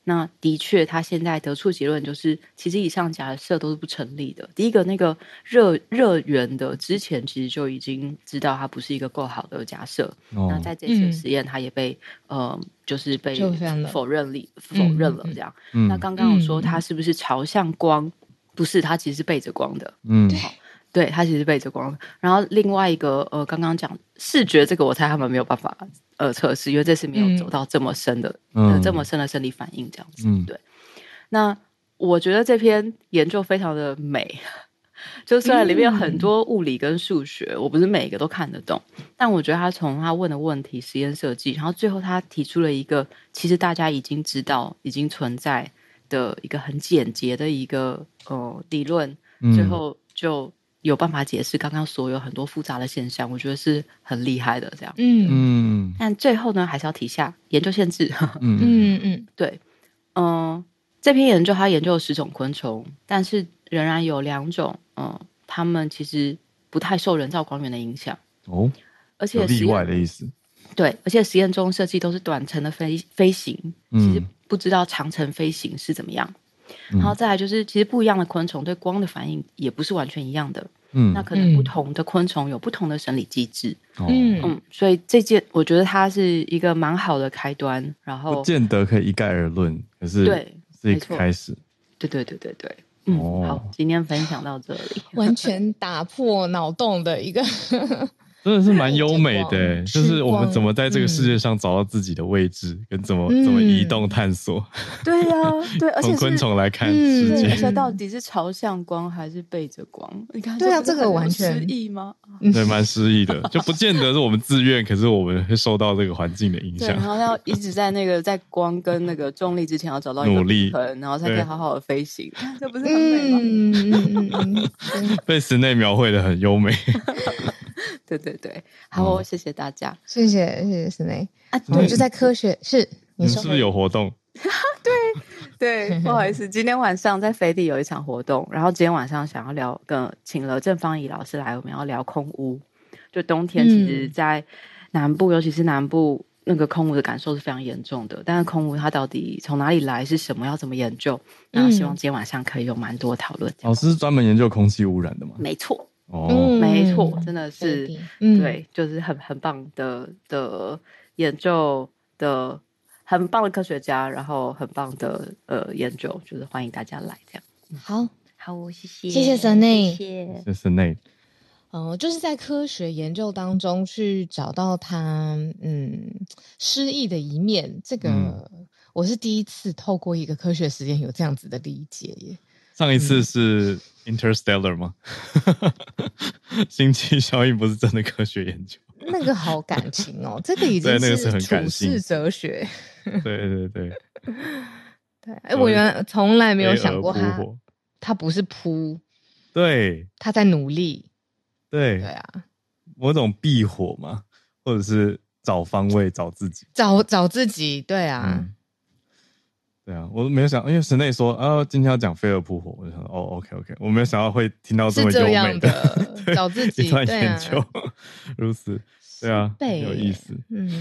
S3: 那的确他现在得出结论就是其实以上假设都是不成立的。第一个那个热源的之前其实就已经知道它不是一个够好的假设，那在这次实验它也被就是被否认了这样。那刚刚我说它是不是朝向光？不是，它其实是背着光的。对，它其实是背着光的。然后另外一个刚刚讲视觉这个，我猜他们没有办法测试，因为这次没有走到这么深的这么深的生理反应这样子。对，那我觉得这篇研究非常的美，就虽然里面有很多物理跟数学，我不是每一个都看得懂，但我觉得他从他问的问题、实验设计，然后最后他提出了一个其实大家已经知道、已经存在的一个很简洁的一个理论，最后就有办法解释刚刚所有很多复杂的现象，我觉得是很厉害的这样。但最后呢，还是要提下研究限制。对，这篇研究他研究了10种昆虫，但是仍然有2种，他们其实不太受人造光源的影响。而且
S1: 有例外的意思。
S3: 对，而且实验中设计都是短程的飞行，其实不知道长程飞行是怎么样。然后再来就是其实不一样的昆虫对光的反应也不是完全一样的。那可能不同的昆虫有不同的生理机制。所以这件我觉得它是一个蛮好的开端，然后
S1: 不见得可以一概而论，可是
S3: 对，
S1: 是一个开始。
S3: 对。好，今天分享到这里，
S2: 完全打破脑洞的一个
S1: 真的是蛮优美的，就是我们怎么在这个世界上找到自己的位置，跟怎么移动探索。
S3: 对啊，对，而且
S1: 从昆虫来看世界，
S3: 而且到底是朝向光还是背着光？你看，
S2: 对啊，这个完全
S3: 失忆吗？
S1: 对，蛮失忆的，就不见得是我们自愿，可是我们会受到这个环境的影响。
S3: 对，然后要一直在在光跟那个重力之前要找到一个平衡，然后才可以好好的飞行。这不是很美吗？
S1: 被室内描绘的很优美。
S3: 对，好，谢谢大家，
S2: 谢谢室内啊，对，就在科学是，
S1: 你是不是有活动？
S3: 对，不好意思，今天晚上在飞地有一场活动，然后今天晚上想要聊，请了郑芳怡老师来，我们要聊空污。就冬天其实在南部，尤其是南部那个空污的感受是非常严重的，但是空污它到底从哪里来，是什么，要怎么研究？然后希望今天晚上可以有蛮多讨论。
S1: 老师是专门研究空气污染的吗？
S3: 没错。没错，真的是对，就是很棒的研究的，很棒的科学家，然后很棒的研究，就是欢迎大家来这样。好，谢谢
S2: 沈内，
S1: 谢谢沈内。
S2: 就是在科学研究当中去找到他诗意的一面，这个我是第一次透过一个科学实验有这样子的理解耶。
S1: 上一次是 Interstellar 吗？星际效应不是真的科学研究，
S2: 那个好感情哦，这个已经是处世哲学。
S1: 对，
S2: 我原来从来没有想过他不是扑，
S1: 对，
S2: 他在努力，
S1: 对
S2: 啊，
S1: 某种避火嘛，或者是找方位，找自己，
S2: 找自己，对啊。
S1: 对啊，我没有想，因为室内说今天要讲飞蛾扑火，我就想OK，我没有想到会听到这么优美
S2: 的找自己
S1: 一段研究，如此，对啊，很有意思。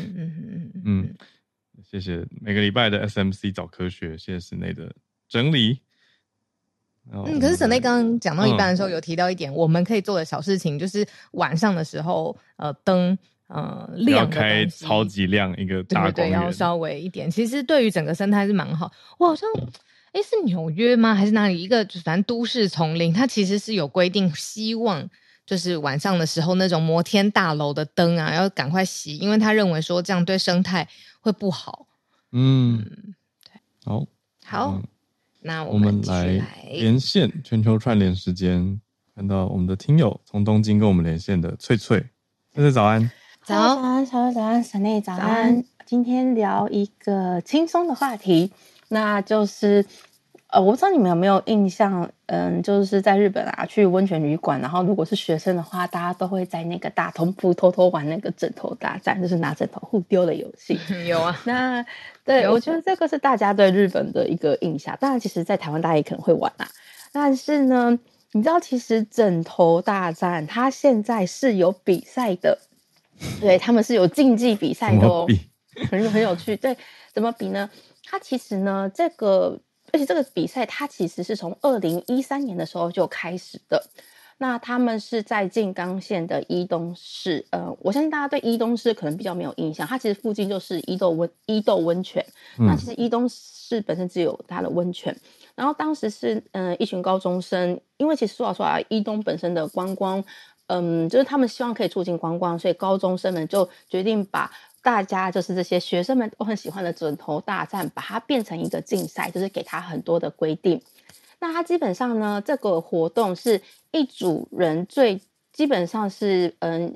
S1: 谢谢每个礼拜的 SMC 找科学，谢谢室内的整理。
S2: 可是室内刚刚讲到一半的时候，有提到一点我们可以做的小事情，就是晚上的时候灯。亮的
S1: 开超级亮一个大光源，
S2: 对，要稍微一点。其实对于整个生态是蛮好。我好像是纽约吗？还是哪里一个反正都市丛林，它其实是有规定，希望就是晚上的时候那种摩天大楼的灯啊要赶快熄，因为他认为说这样对生态会不好。
S1: 对，
S2: 好，那
S1: 我们来连线全球串联时间，看到我们的听友从东京跟我们连线的翠翠，翠翠早安。
S4: 早安，沈内早安。今天聊一个轻松的话题，那就是我不知道你们有没有印象，就是在日本去温泉旅馆，然后如果是学生的话，大家都会在那个大通铺偷偷玩那个枕头大战，就是拿枕头互丢的游戏。
S2: 有啊，
S4: 那对，我觉得这个是大家对日本的一个印象。当然，其实在台湾大家也可能会玩但是呢，你知道其实枕头大战它现在是有比赛的。对，他们是有竞技比赛的哦，很有趣。对，怎么比呢？ 它其实呢，而且这个比赛它其实是从2013年的时候就开始的。那他们是在静冈县的伊东市，我相信大家对伊东市可能比较没有印象，它其实附近就是伊豆温泉。那其实伊东市本身只有它的温泉，然后当时是一群高中生，因为其实说实话，伊东本身的观光，就是他们希望可以促进观光，所以高中生们就决定把大家就是这些学生们都很喜欢的枕头大战，把它变成一个竞赛，就是给他很多的规定。那它基本上呢，这个活动是一组人基本上是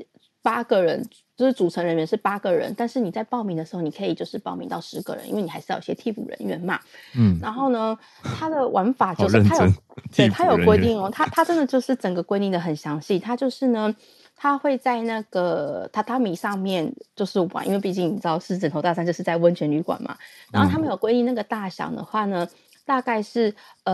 S4: 8个人，就是组成人员是8个人，但是你在报名的时候，你可以就是报名到10个人，因为你还是要有些替补人员嘛。然后呢，它的玩法就是它有规定哦，它真的就是整个规定的很详细。它就是呢，它会在那个榻榻米上面就是玩，因为毕竟你知道是枕头大战就是在温泉旅馆嘛。然后他们有规定那个大小的话呢，大概是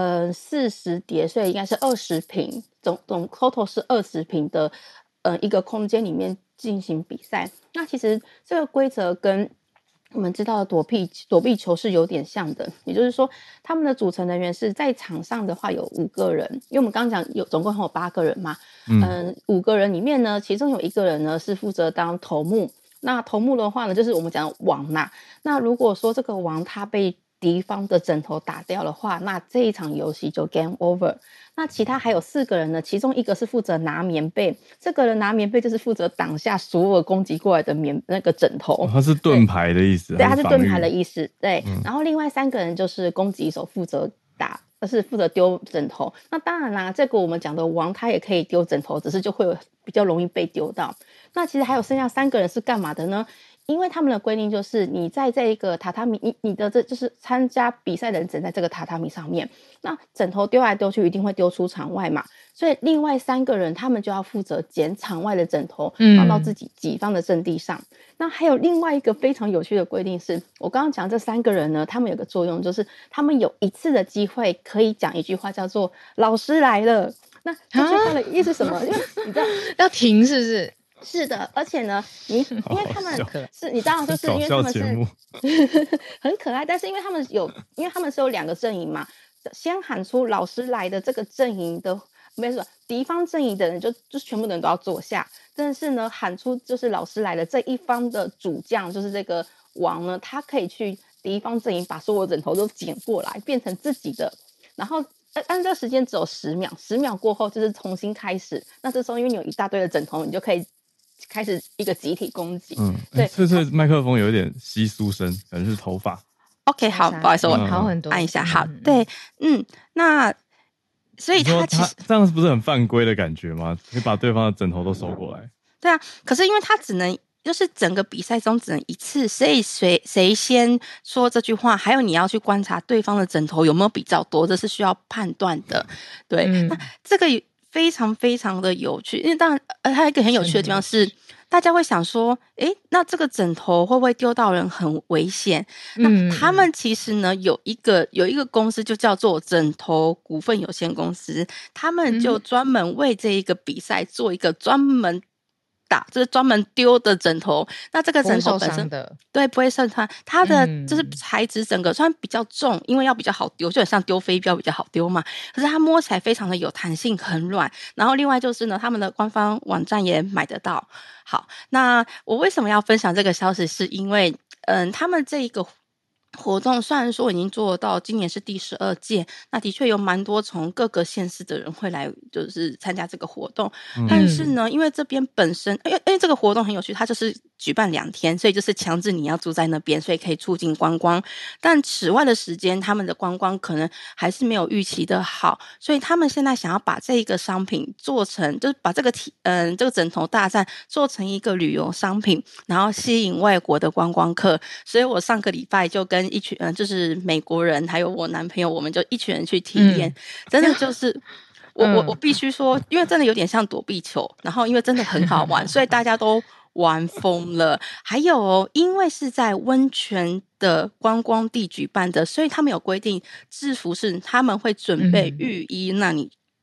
S4: 40叠，所以应该是20平，总 total 是20平的一个空间里面进行比赛。那其实这个规则跟我们知道的躲避球是有点像的，也就是说他们的组成人员是在场上的话有5个人，因为我们刚刚讲总共有8个人嘛，5个人里面呢，其中有1个人呢是负责当头目。那头目的话呢，就是我们讲王嘛。那如果说这个王他被敌方的枕头打掉的话，那这一场游戏就 game over。那其他还有4个人呢，其中1个是负责拿棉被，这个人拿棉被就是负责挡下所有攻击过来的那个枕头。
S1: 他是盾牌的意思。
S4: 对，他是盾牌的意思。对，然后另外3个人就是攻击手，负责丢枕头。那当然啦，这个我们讲的王他也可以丢枕头，只是就会有比较容易被丢到。那其实还有剩下3个人是干嘛的呢？因为他们的规定就是你在这一个榻榻米，你的这就是参加比赛的人只能在这个榻榻米上面，那枕头丢来丢去一定会丢出场外嘛，所以另外3个人他们就要负责捡场外的枕头放到自己己方的阵地上。那还有另外一个非常有趣的规定是，我刚刚讲这3个人呢，他们有个作用，就是他们有一次的机会可以讲一句话叫做老师来了。那这句话的意思是什么？因为你知道
S2: 要停是不是？
S4: 是的，而且呢，因为他们是你知道，就是因为他们是很可爱，但是因为他们是有2个阵营嘛，先喊出老师来的这个阵营的，没错，敌方阵营的人就是全部人都要坐下，但是呢，喊出就是老师来的这一方的主将，就是这个王呢，他可以去敌方阵营把所有枕头都捡过来，变成自己的，然后按照时间只有10秒，10秒过后就是重新开始。那这时候因为你有一大堆的枕头，你就可以开始一个集体攻击。对，
S1: 这麦克风有点稀疏声，可能是头发。
S3: OK， 好，不好意思，我
S2: 好很多，
S3: 按一下。好，对，那所以他其实
S1: 这样不是很犯规的感觉吗？可以把对方的枕头都收过来。
S3: 对啊，可是因为他只能就是整个比赛中只能一次，所以谁先说这句话，还有你要去观察对方的枕头有没有比较多，这是需要判断的。对，那这个非常非常的有趣，因为当然还有一个很有趣的地方是，大家会想说，那这个枕头会不会丢到人很危险？那他们其实呢有一个公司就叫做枕头股份有限公司，他们就专门为这一个比赛做一个专门就是专门丢的枕头。那这个枕头本身对不会受伤，它的就是材质整个虽然比较重，因为要比较好丢，就很像丢飞镖比较好丢嘛，可是它摸起来非常的有弹性，很软。然后另外就是呢，他们的官方网站也买得到。好，那我为什么要分享这个消息，是因为他们这一个活动虽然说已经做到今年是第12届，那的确有蛮多从各个县市的人会来就是参加这个活动。但是呢，因为这边本身因为这个活动很有趣，它就是举办2天，所以就是强制你要住在那边，所以可以促进观光。但此外的时间，他们的观光可能还是没有预期的好，所以他们现在想要把这一个商品做成，就是把这个枕头大战做成一个旅游商品，然后吸引外国的观光客。所以我上个礼拜就跟一群就是美国人还有我男朋友，我们就一群人去体验，真的就是我必须说，因为真的有点像躲避球，然后因为真的很好玩，所以大家都玩疯了。还有因为是在温泉的观光地举办的，所以他们有规定制服是他们会准备浴衣，那你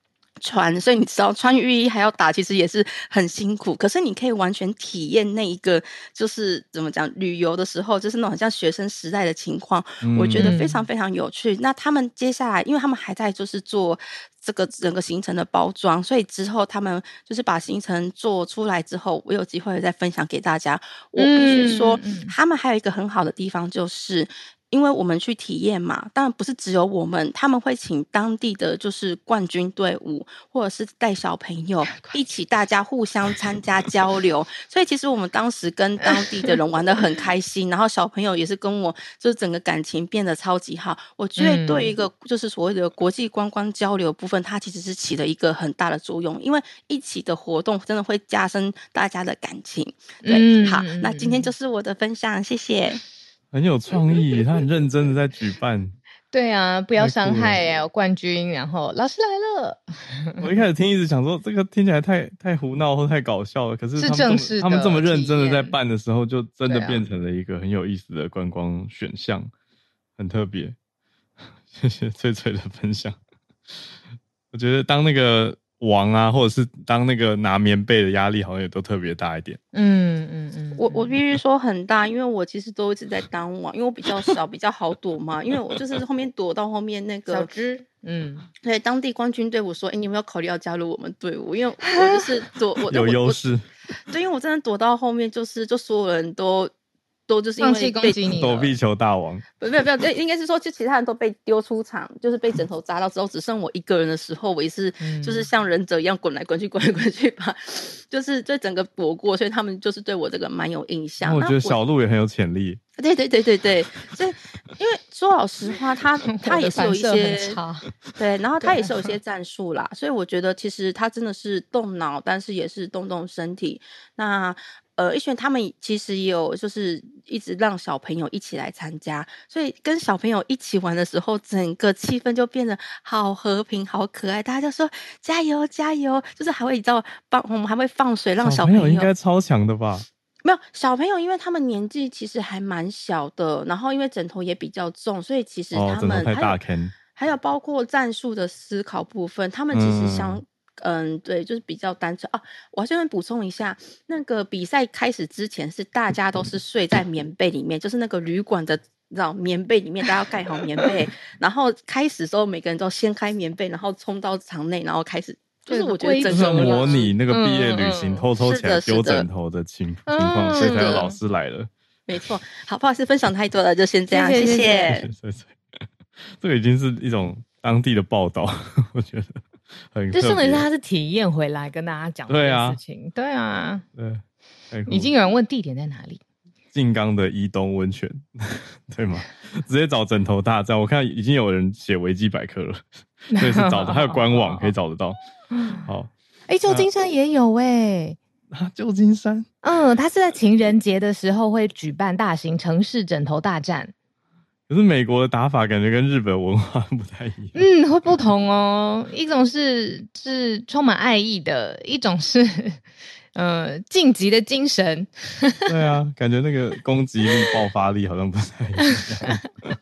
S4: 穿，所以你知道穿浴衣还要打，其实也是很辛苦。可是你可以完全体验那一个就是怎么讲旅游的时候，就是那种很像学生时代的情况，我觉得非常非常有趣。那他们接下来，因为他们还在就是做这个整个行程的包装，所以之后他们就是把行程做出来之后，我有机会再分享给大家。我必须说，他们还有一个很好的地方就是。因为我们去体验嘛，当然不是只有我们，他们会请当地的就是冠军队伍，或者是带小朋友一起，大家互相参加交流。所以其实我们当时跟当地的人玩得很开心，然后小朋友也是跟我就是整个感情变得超级好。我觉得对于一个就是所谓的国际观光交流部分，它其实是起了一个很大的作用，因为一起的活动真的会加深大家的感情。对，好，那今天就是我的分享，谢谢。
S1: 很有创意，他很认真的在举办。
S2: 对啊，不要伤害有冠军，然后老师来了。
S1: 我一开始听一直想说，这个听起来太胡闹或太搞笑了，可是他们这么认真的在办的时候，就真的变成了一个很有意思的观光选项，很特别。谢谢翠翠的分享。我觉得当那个王啊，或者是当那个拿棉被的压力好像也都特别大一点。
S4: 我必须说很大，因为我其实都一直在当王，因为我比较少，比较好躲嘛。因为我就是后面躲到后面那个
S2: 小只，
S4: 对，当地冠军队伍说，你有没有考虑要加入我们队伍？因为我就是躲，
S1: 有优势。
S4: 对，因为我真的躲到后面，就所有人都就是因为
S2: 被
S1: 躲避球大王，
S4: 不要，应该是说，就其他人都被丢出场，就是被枕头砸到之后，只剩我一个人的时候，我也是就是像忍者一样滚来滚去吧，就是整个躲过，所以他们就是对我这个蛮有印象。
S1: 我觉得小鹿也很有潜力。
S4: 对，所以因为说老实话，他也是有一些对，然后他也是有一些战术啦，所以我觉得其实他真的是动脑，但是也是动身体。那一群他们其实也有就是一直让小朋友一起来参加，所以跟小朋友一起玩的时候，整个气氛就变得好和平、好可爱。大家就说加油加油，就是还会你知道我们还会放水让小朋友
S1: 应该超强的吧？
S4: 没有小朋友，因为他们年纪其实还蛮小的，然后因为枕头也比较重，所以其实他们
S1: 太大坑，
S4: 还有包括战术的思考部分，他们其实对，就是比较单纯啊。我要先补充一下，那个比赛开始之前是大家都是睡在棉被里面，就是那个旅馆的棉被里面，大家要盖好棉被，然后开始的时候每个人都掀开棉被，然后冲到场内，然后开始。就是我觉得整个
S1: 模拟那个毕业旅行偷起来丢枕头的情况，所以才有老师来了。
S4: 没错，好，不好意思，分享太多了，就先这样，谢谢。
S1: 这个已经是一种当地的报道，我觉得很特别。
S2: 这重点是他是体验回来跟大家讲这件事情，对啊，已经有人问地点在哪里？
S1: 静冈的伊东温泉，对吗？直接找枕头大战，我看已经有人写维基百科了，所以是找的，还有官网可以找得到。好，
S2: 旧金山也有
S1: 旧金山，
S2: 他是在情人节的时候会举办大型城市枕头大战。
S1: 可是美国的打法感觉跟日本文化不太一样，
S2: 会不同哦。一种是充满爱意的，一种是晋级的精神。
S1: 对啊，感觉那个攻击力、爆发力好像不太一样。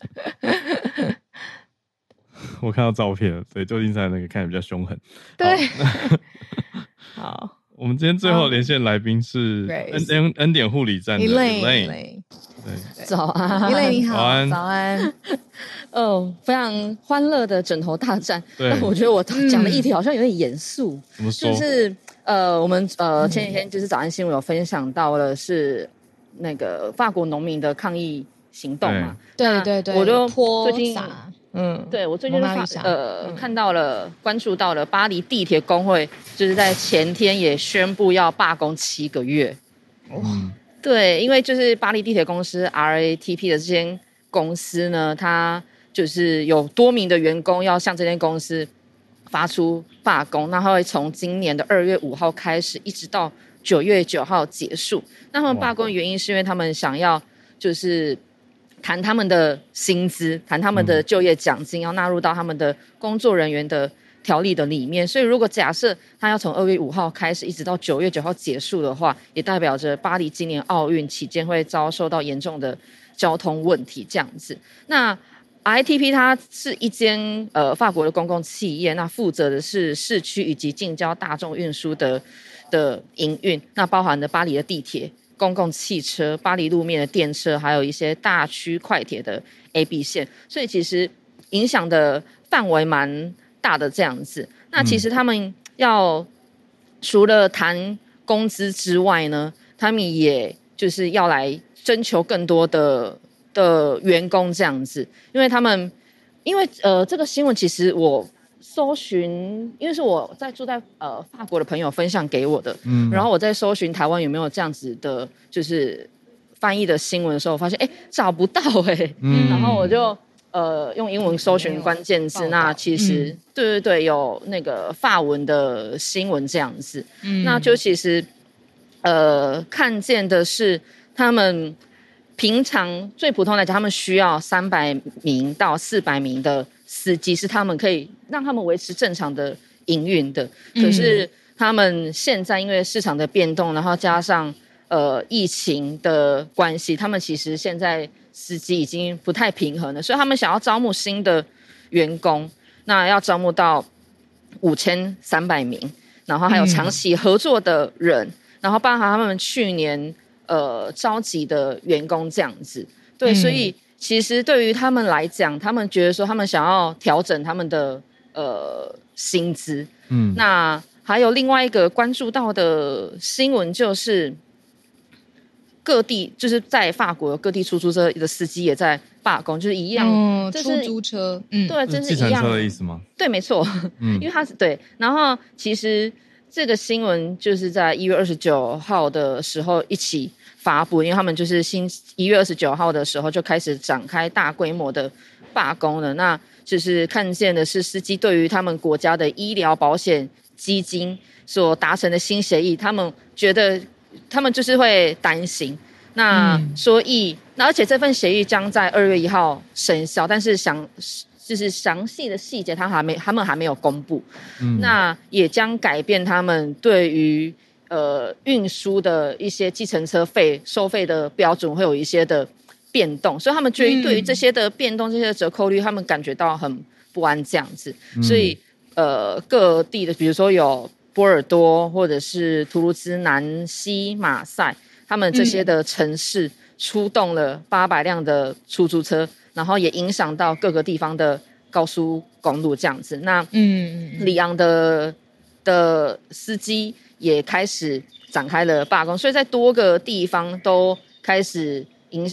S1: 我看到照片了，对，旧金山那个看起来比较凶狠。
S2: 对，好，
S1: 我们今天最后连线来宾是恩典护理站的 Elaine。
S5: 早安
S2: Elaine你好，
S1: 早
S5: 安。非常欢乐的枕头大战。
S1: 但
S5: 我觉得我讲的议题好像有点严肃。
S1: 怎么说？
S5: 就是我们前几天就是早安新闻有分享到了是那个法国农民的抗议行动嘛？
S2: 对，
S5: 我就
S2: 最
S5: 近对我最近看到了关注到了巴黎地铁工会，就是在前天也宣布要罢工7个月。对，因为就是巴黎地铁公司 RATP 的这间公司呢，它就是有多名的员工要向这间公司发出罢工，那它会从今年的2月5号开始，一直到9月9号结束。那他们罢工的原因是因为他们想要就是谈他们的薪资，谈他们的就业奖金，要纳入到他们的工作人员的条例的里面。所以如果假设他要从2月5号开始一直到9月9号结束的话，也代表着巴黎今年奥运期间会遭受到严重的交通问题这样子。那 RATP 它是一间法国的公共企业，那负责的是市区以及近郊大众运输的营运，那包含了巴黎的地铁、公共汽车、巴黎路面的电车，还有一些大区快铁的 AB 线，所以其实影响的范围蛮大的这样子。那其实他们要除了谈工资之外呢，他们也就是要来征求更多的员工这样子，因为这个新闻其实我搜寻，因为是我住在法国的朋友分享给我的，然后我在搜寻台湾有没有这样子的，就是翻译的新闻的时候，我发现找不到然后我就用英文搜寻关键字，那其实对有那个法文的新闻这样子，那就其实看见的是他们。平常最普通来讲，他们需要300名到400名的司机，是他们可以让他们维持正常的营运的。可是他们现在因为市场的变动，然后加上疫情的关系，他们其实现在司机已经不太平衡了，所以他们想要招募新的员工，那要招募到5300名，然后还有长期合作的人，然后包含他们去年。召集的员工这样子，对，所以其实对于他们来讲，他们觉得说他们想要调整他们的薪资，那还有另外一个关注到的新闻就是各地就是在法国各地出租车的司机也在罢工，就是一样，
S2: 出租车，
S5: 对，这是一样
S1: 计程车的意思吗？
S5: 对，没错，因为它是对，然后其实这个新闻就是在1月29号的时候一起发布，因为他们就是1月29号的时候就开始展开大规模的罢工了。那就是看见的是司机对于他们国家的医疗保险基金所达成的新协议，他们觉得他们就是会担心。那所以，那而且这份协议将在2月1号生效，但是就是详细的细节他们还没有公布。那也将改变他们对于运输的一些计程车收费的标准会有一些的变动，所以他们对于这些的变动、这些的折扣率，他们感觉到很不安这样子。所以各地的，比如说有波尔多或者是图卢兹、南西、马赛，他们这些的城市出动了800辆的出租车，然后也影响到各个地方的高速公路这样子。那里昂的司机也开始展开了罢工，所以在多个地方都开始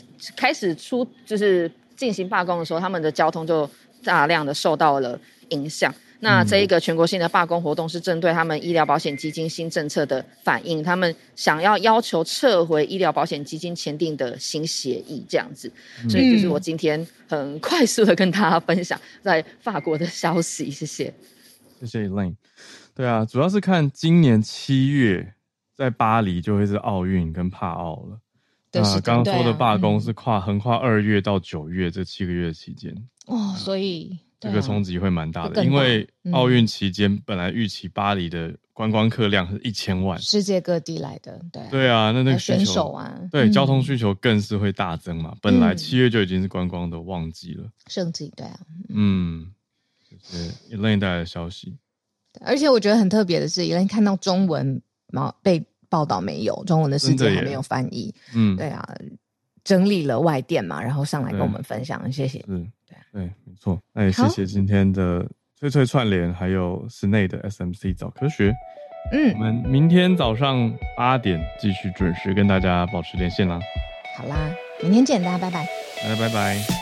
S5: 就是进行罢工的时候，他们的交通就大量的受到了影响。那这一个全国性的罢工活动是针对他们医疗保险基金新政策的反应，他们想要求撤回医疗保险基金签订的新协议这样子。所以就是我今天很快速的跟大家分享在法国的消息，谢谢。
S1: 谢谢 Elaine。对啊，主要是看今年7月在巴黎就会是奥运跟帕奥了。那刚刚说的罢工是横跨2月到9月这7个月期间。
S2: 所以
S1: 这个冲击会蛮大的，因为奥运期间本来预期巴黎的观光客量是1000万，
S2: 世界各地来的，
S1: 对啊，那个
S2: 选手啊，
S1: 对，交通需求更是会大增嘛。本来7月就已经是观光的旺季了，
S2: 盛季，对啊，
S1: 就是 Elaine 带来的消息。
S2: 而且我觉得很特别的是 Elaine 看到中文被报道没有，中文的世界还没有翻译，对啊，整理了外电嘛，然后上来跟我们分享，谢谢。
S1: 对，没错。那也谢谢今天的翠翠串联，还有室内的 SMC 早科学。我们明天早上8点继续准时跟大家保持连线啦。
S2: 好啦，明天见，大家拜拜。
S1: 大家拜拜。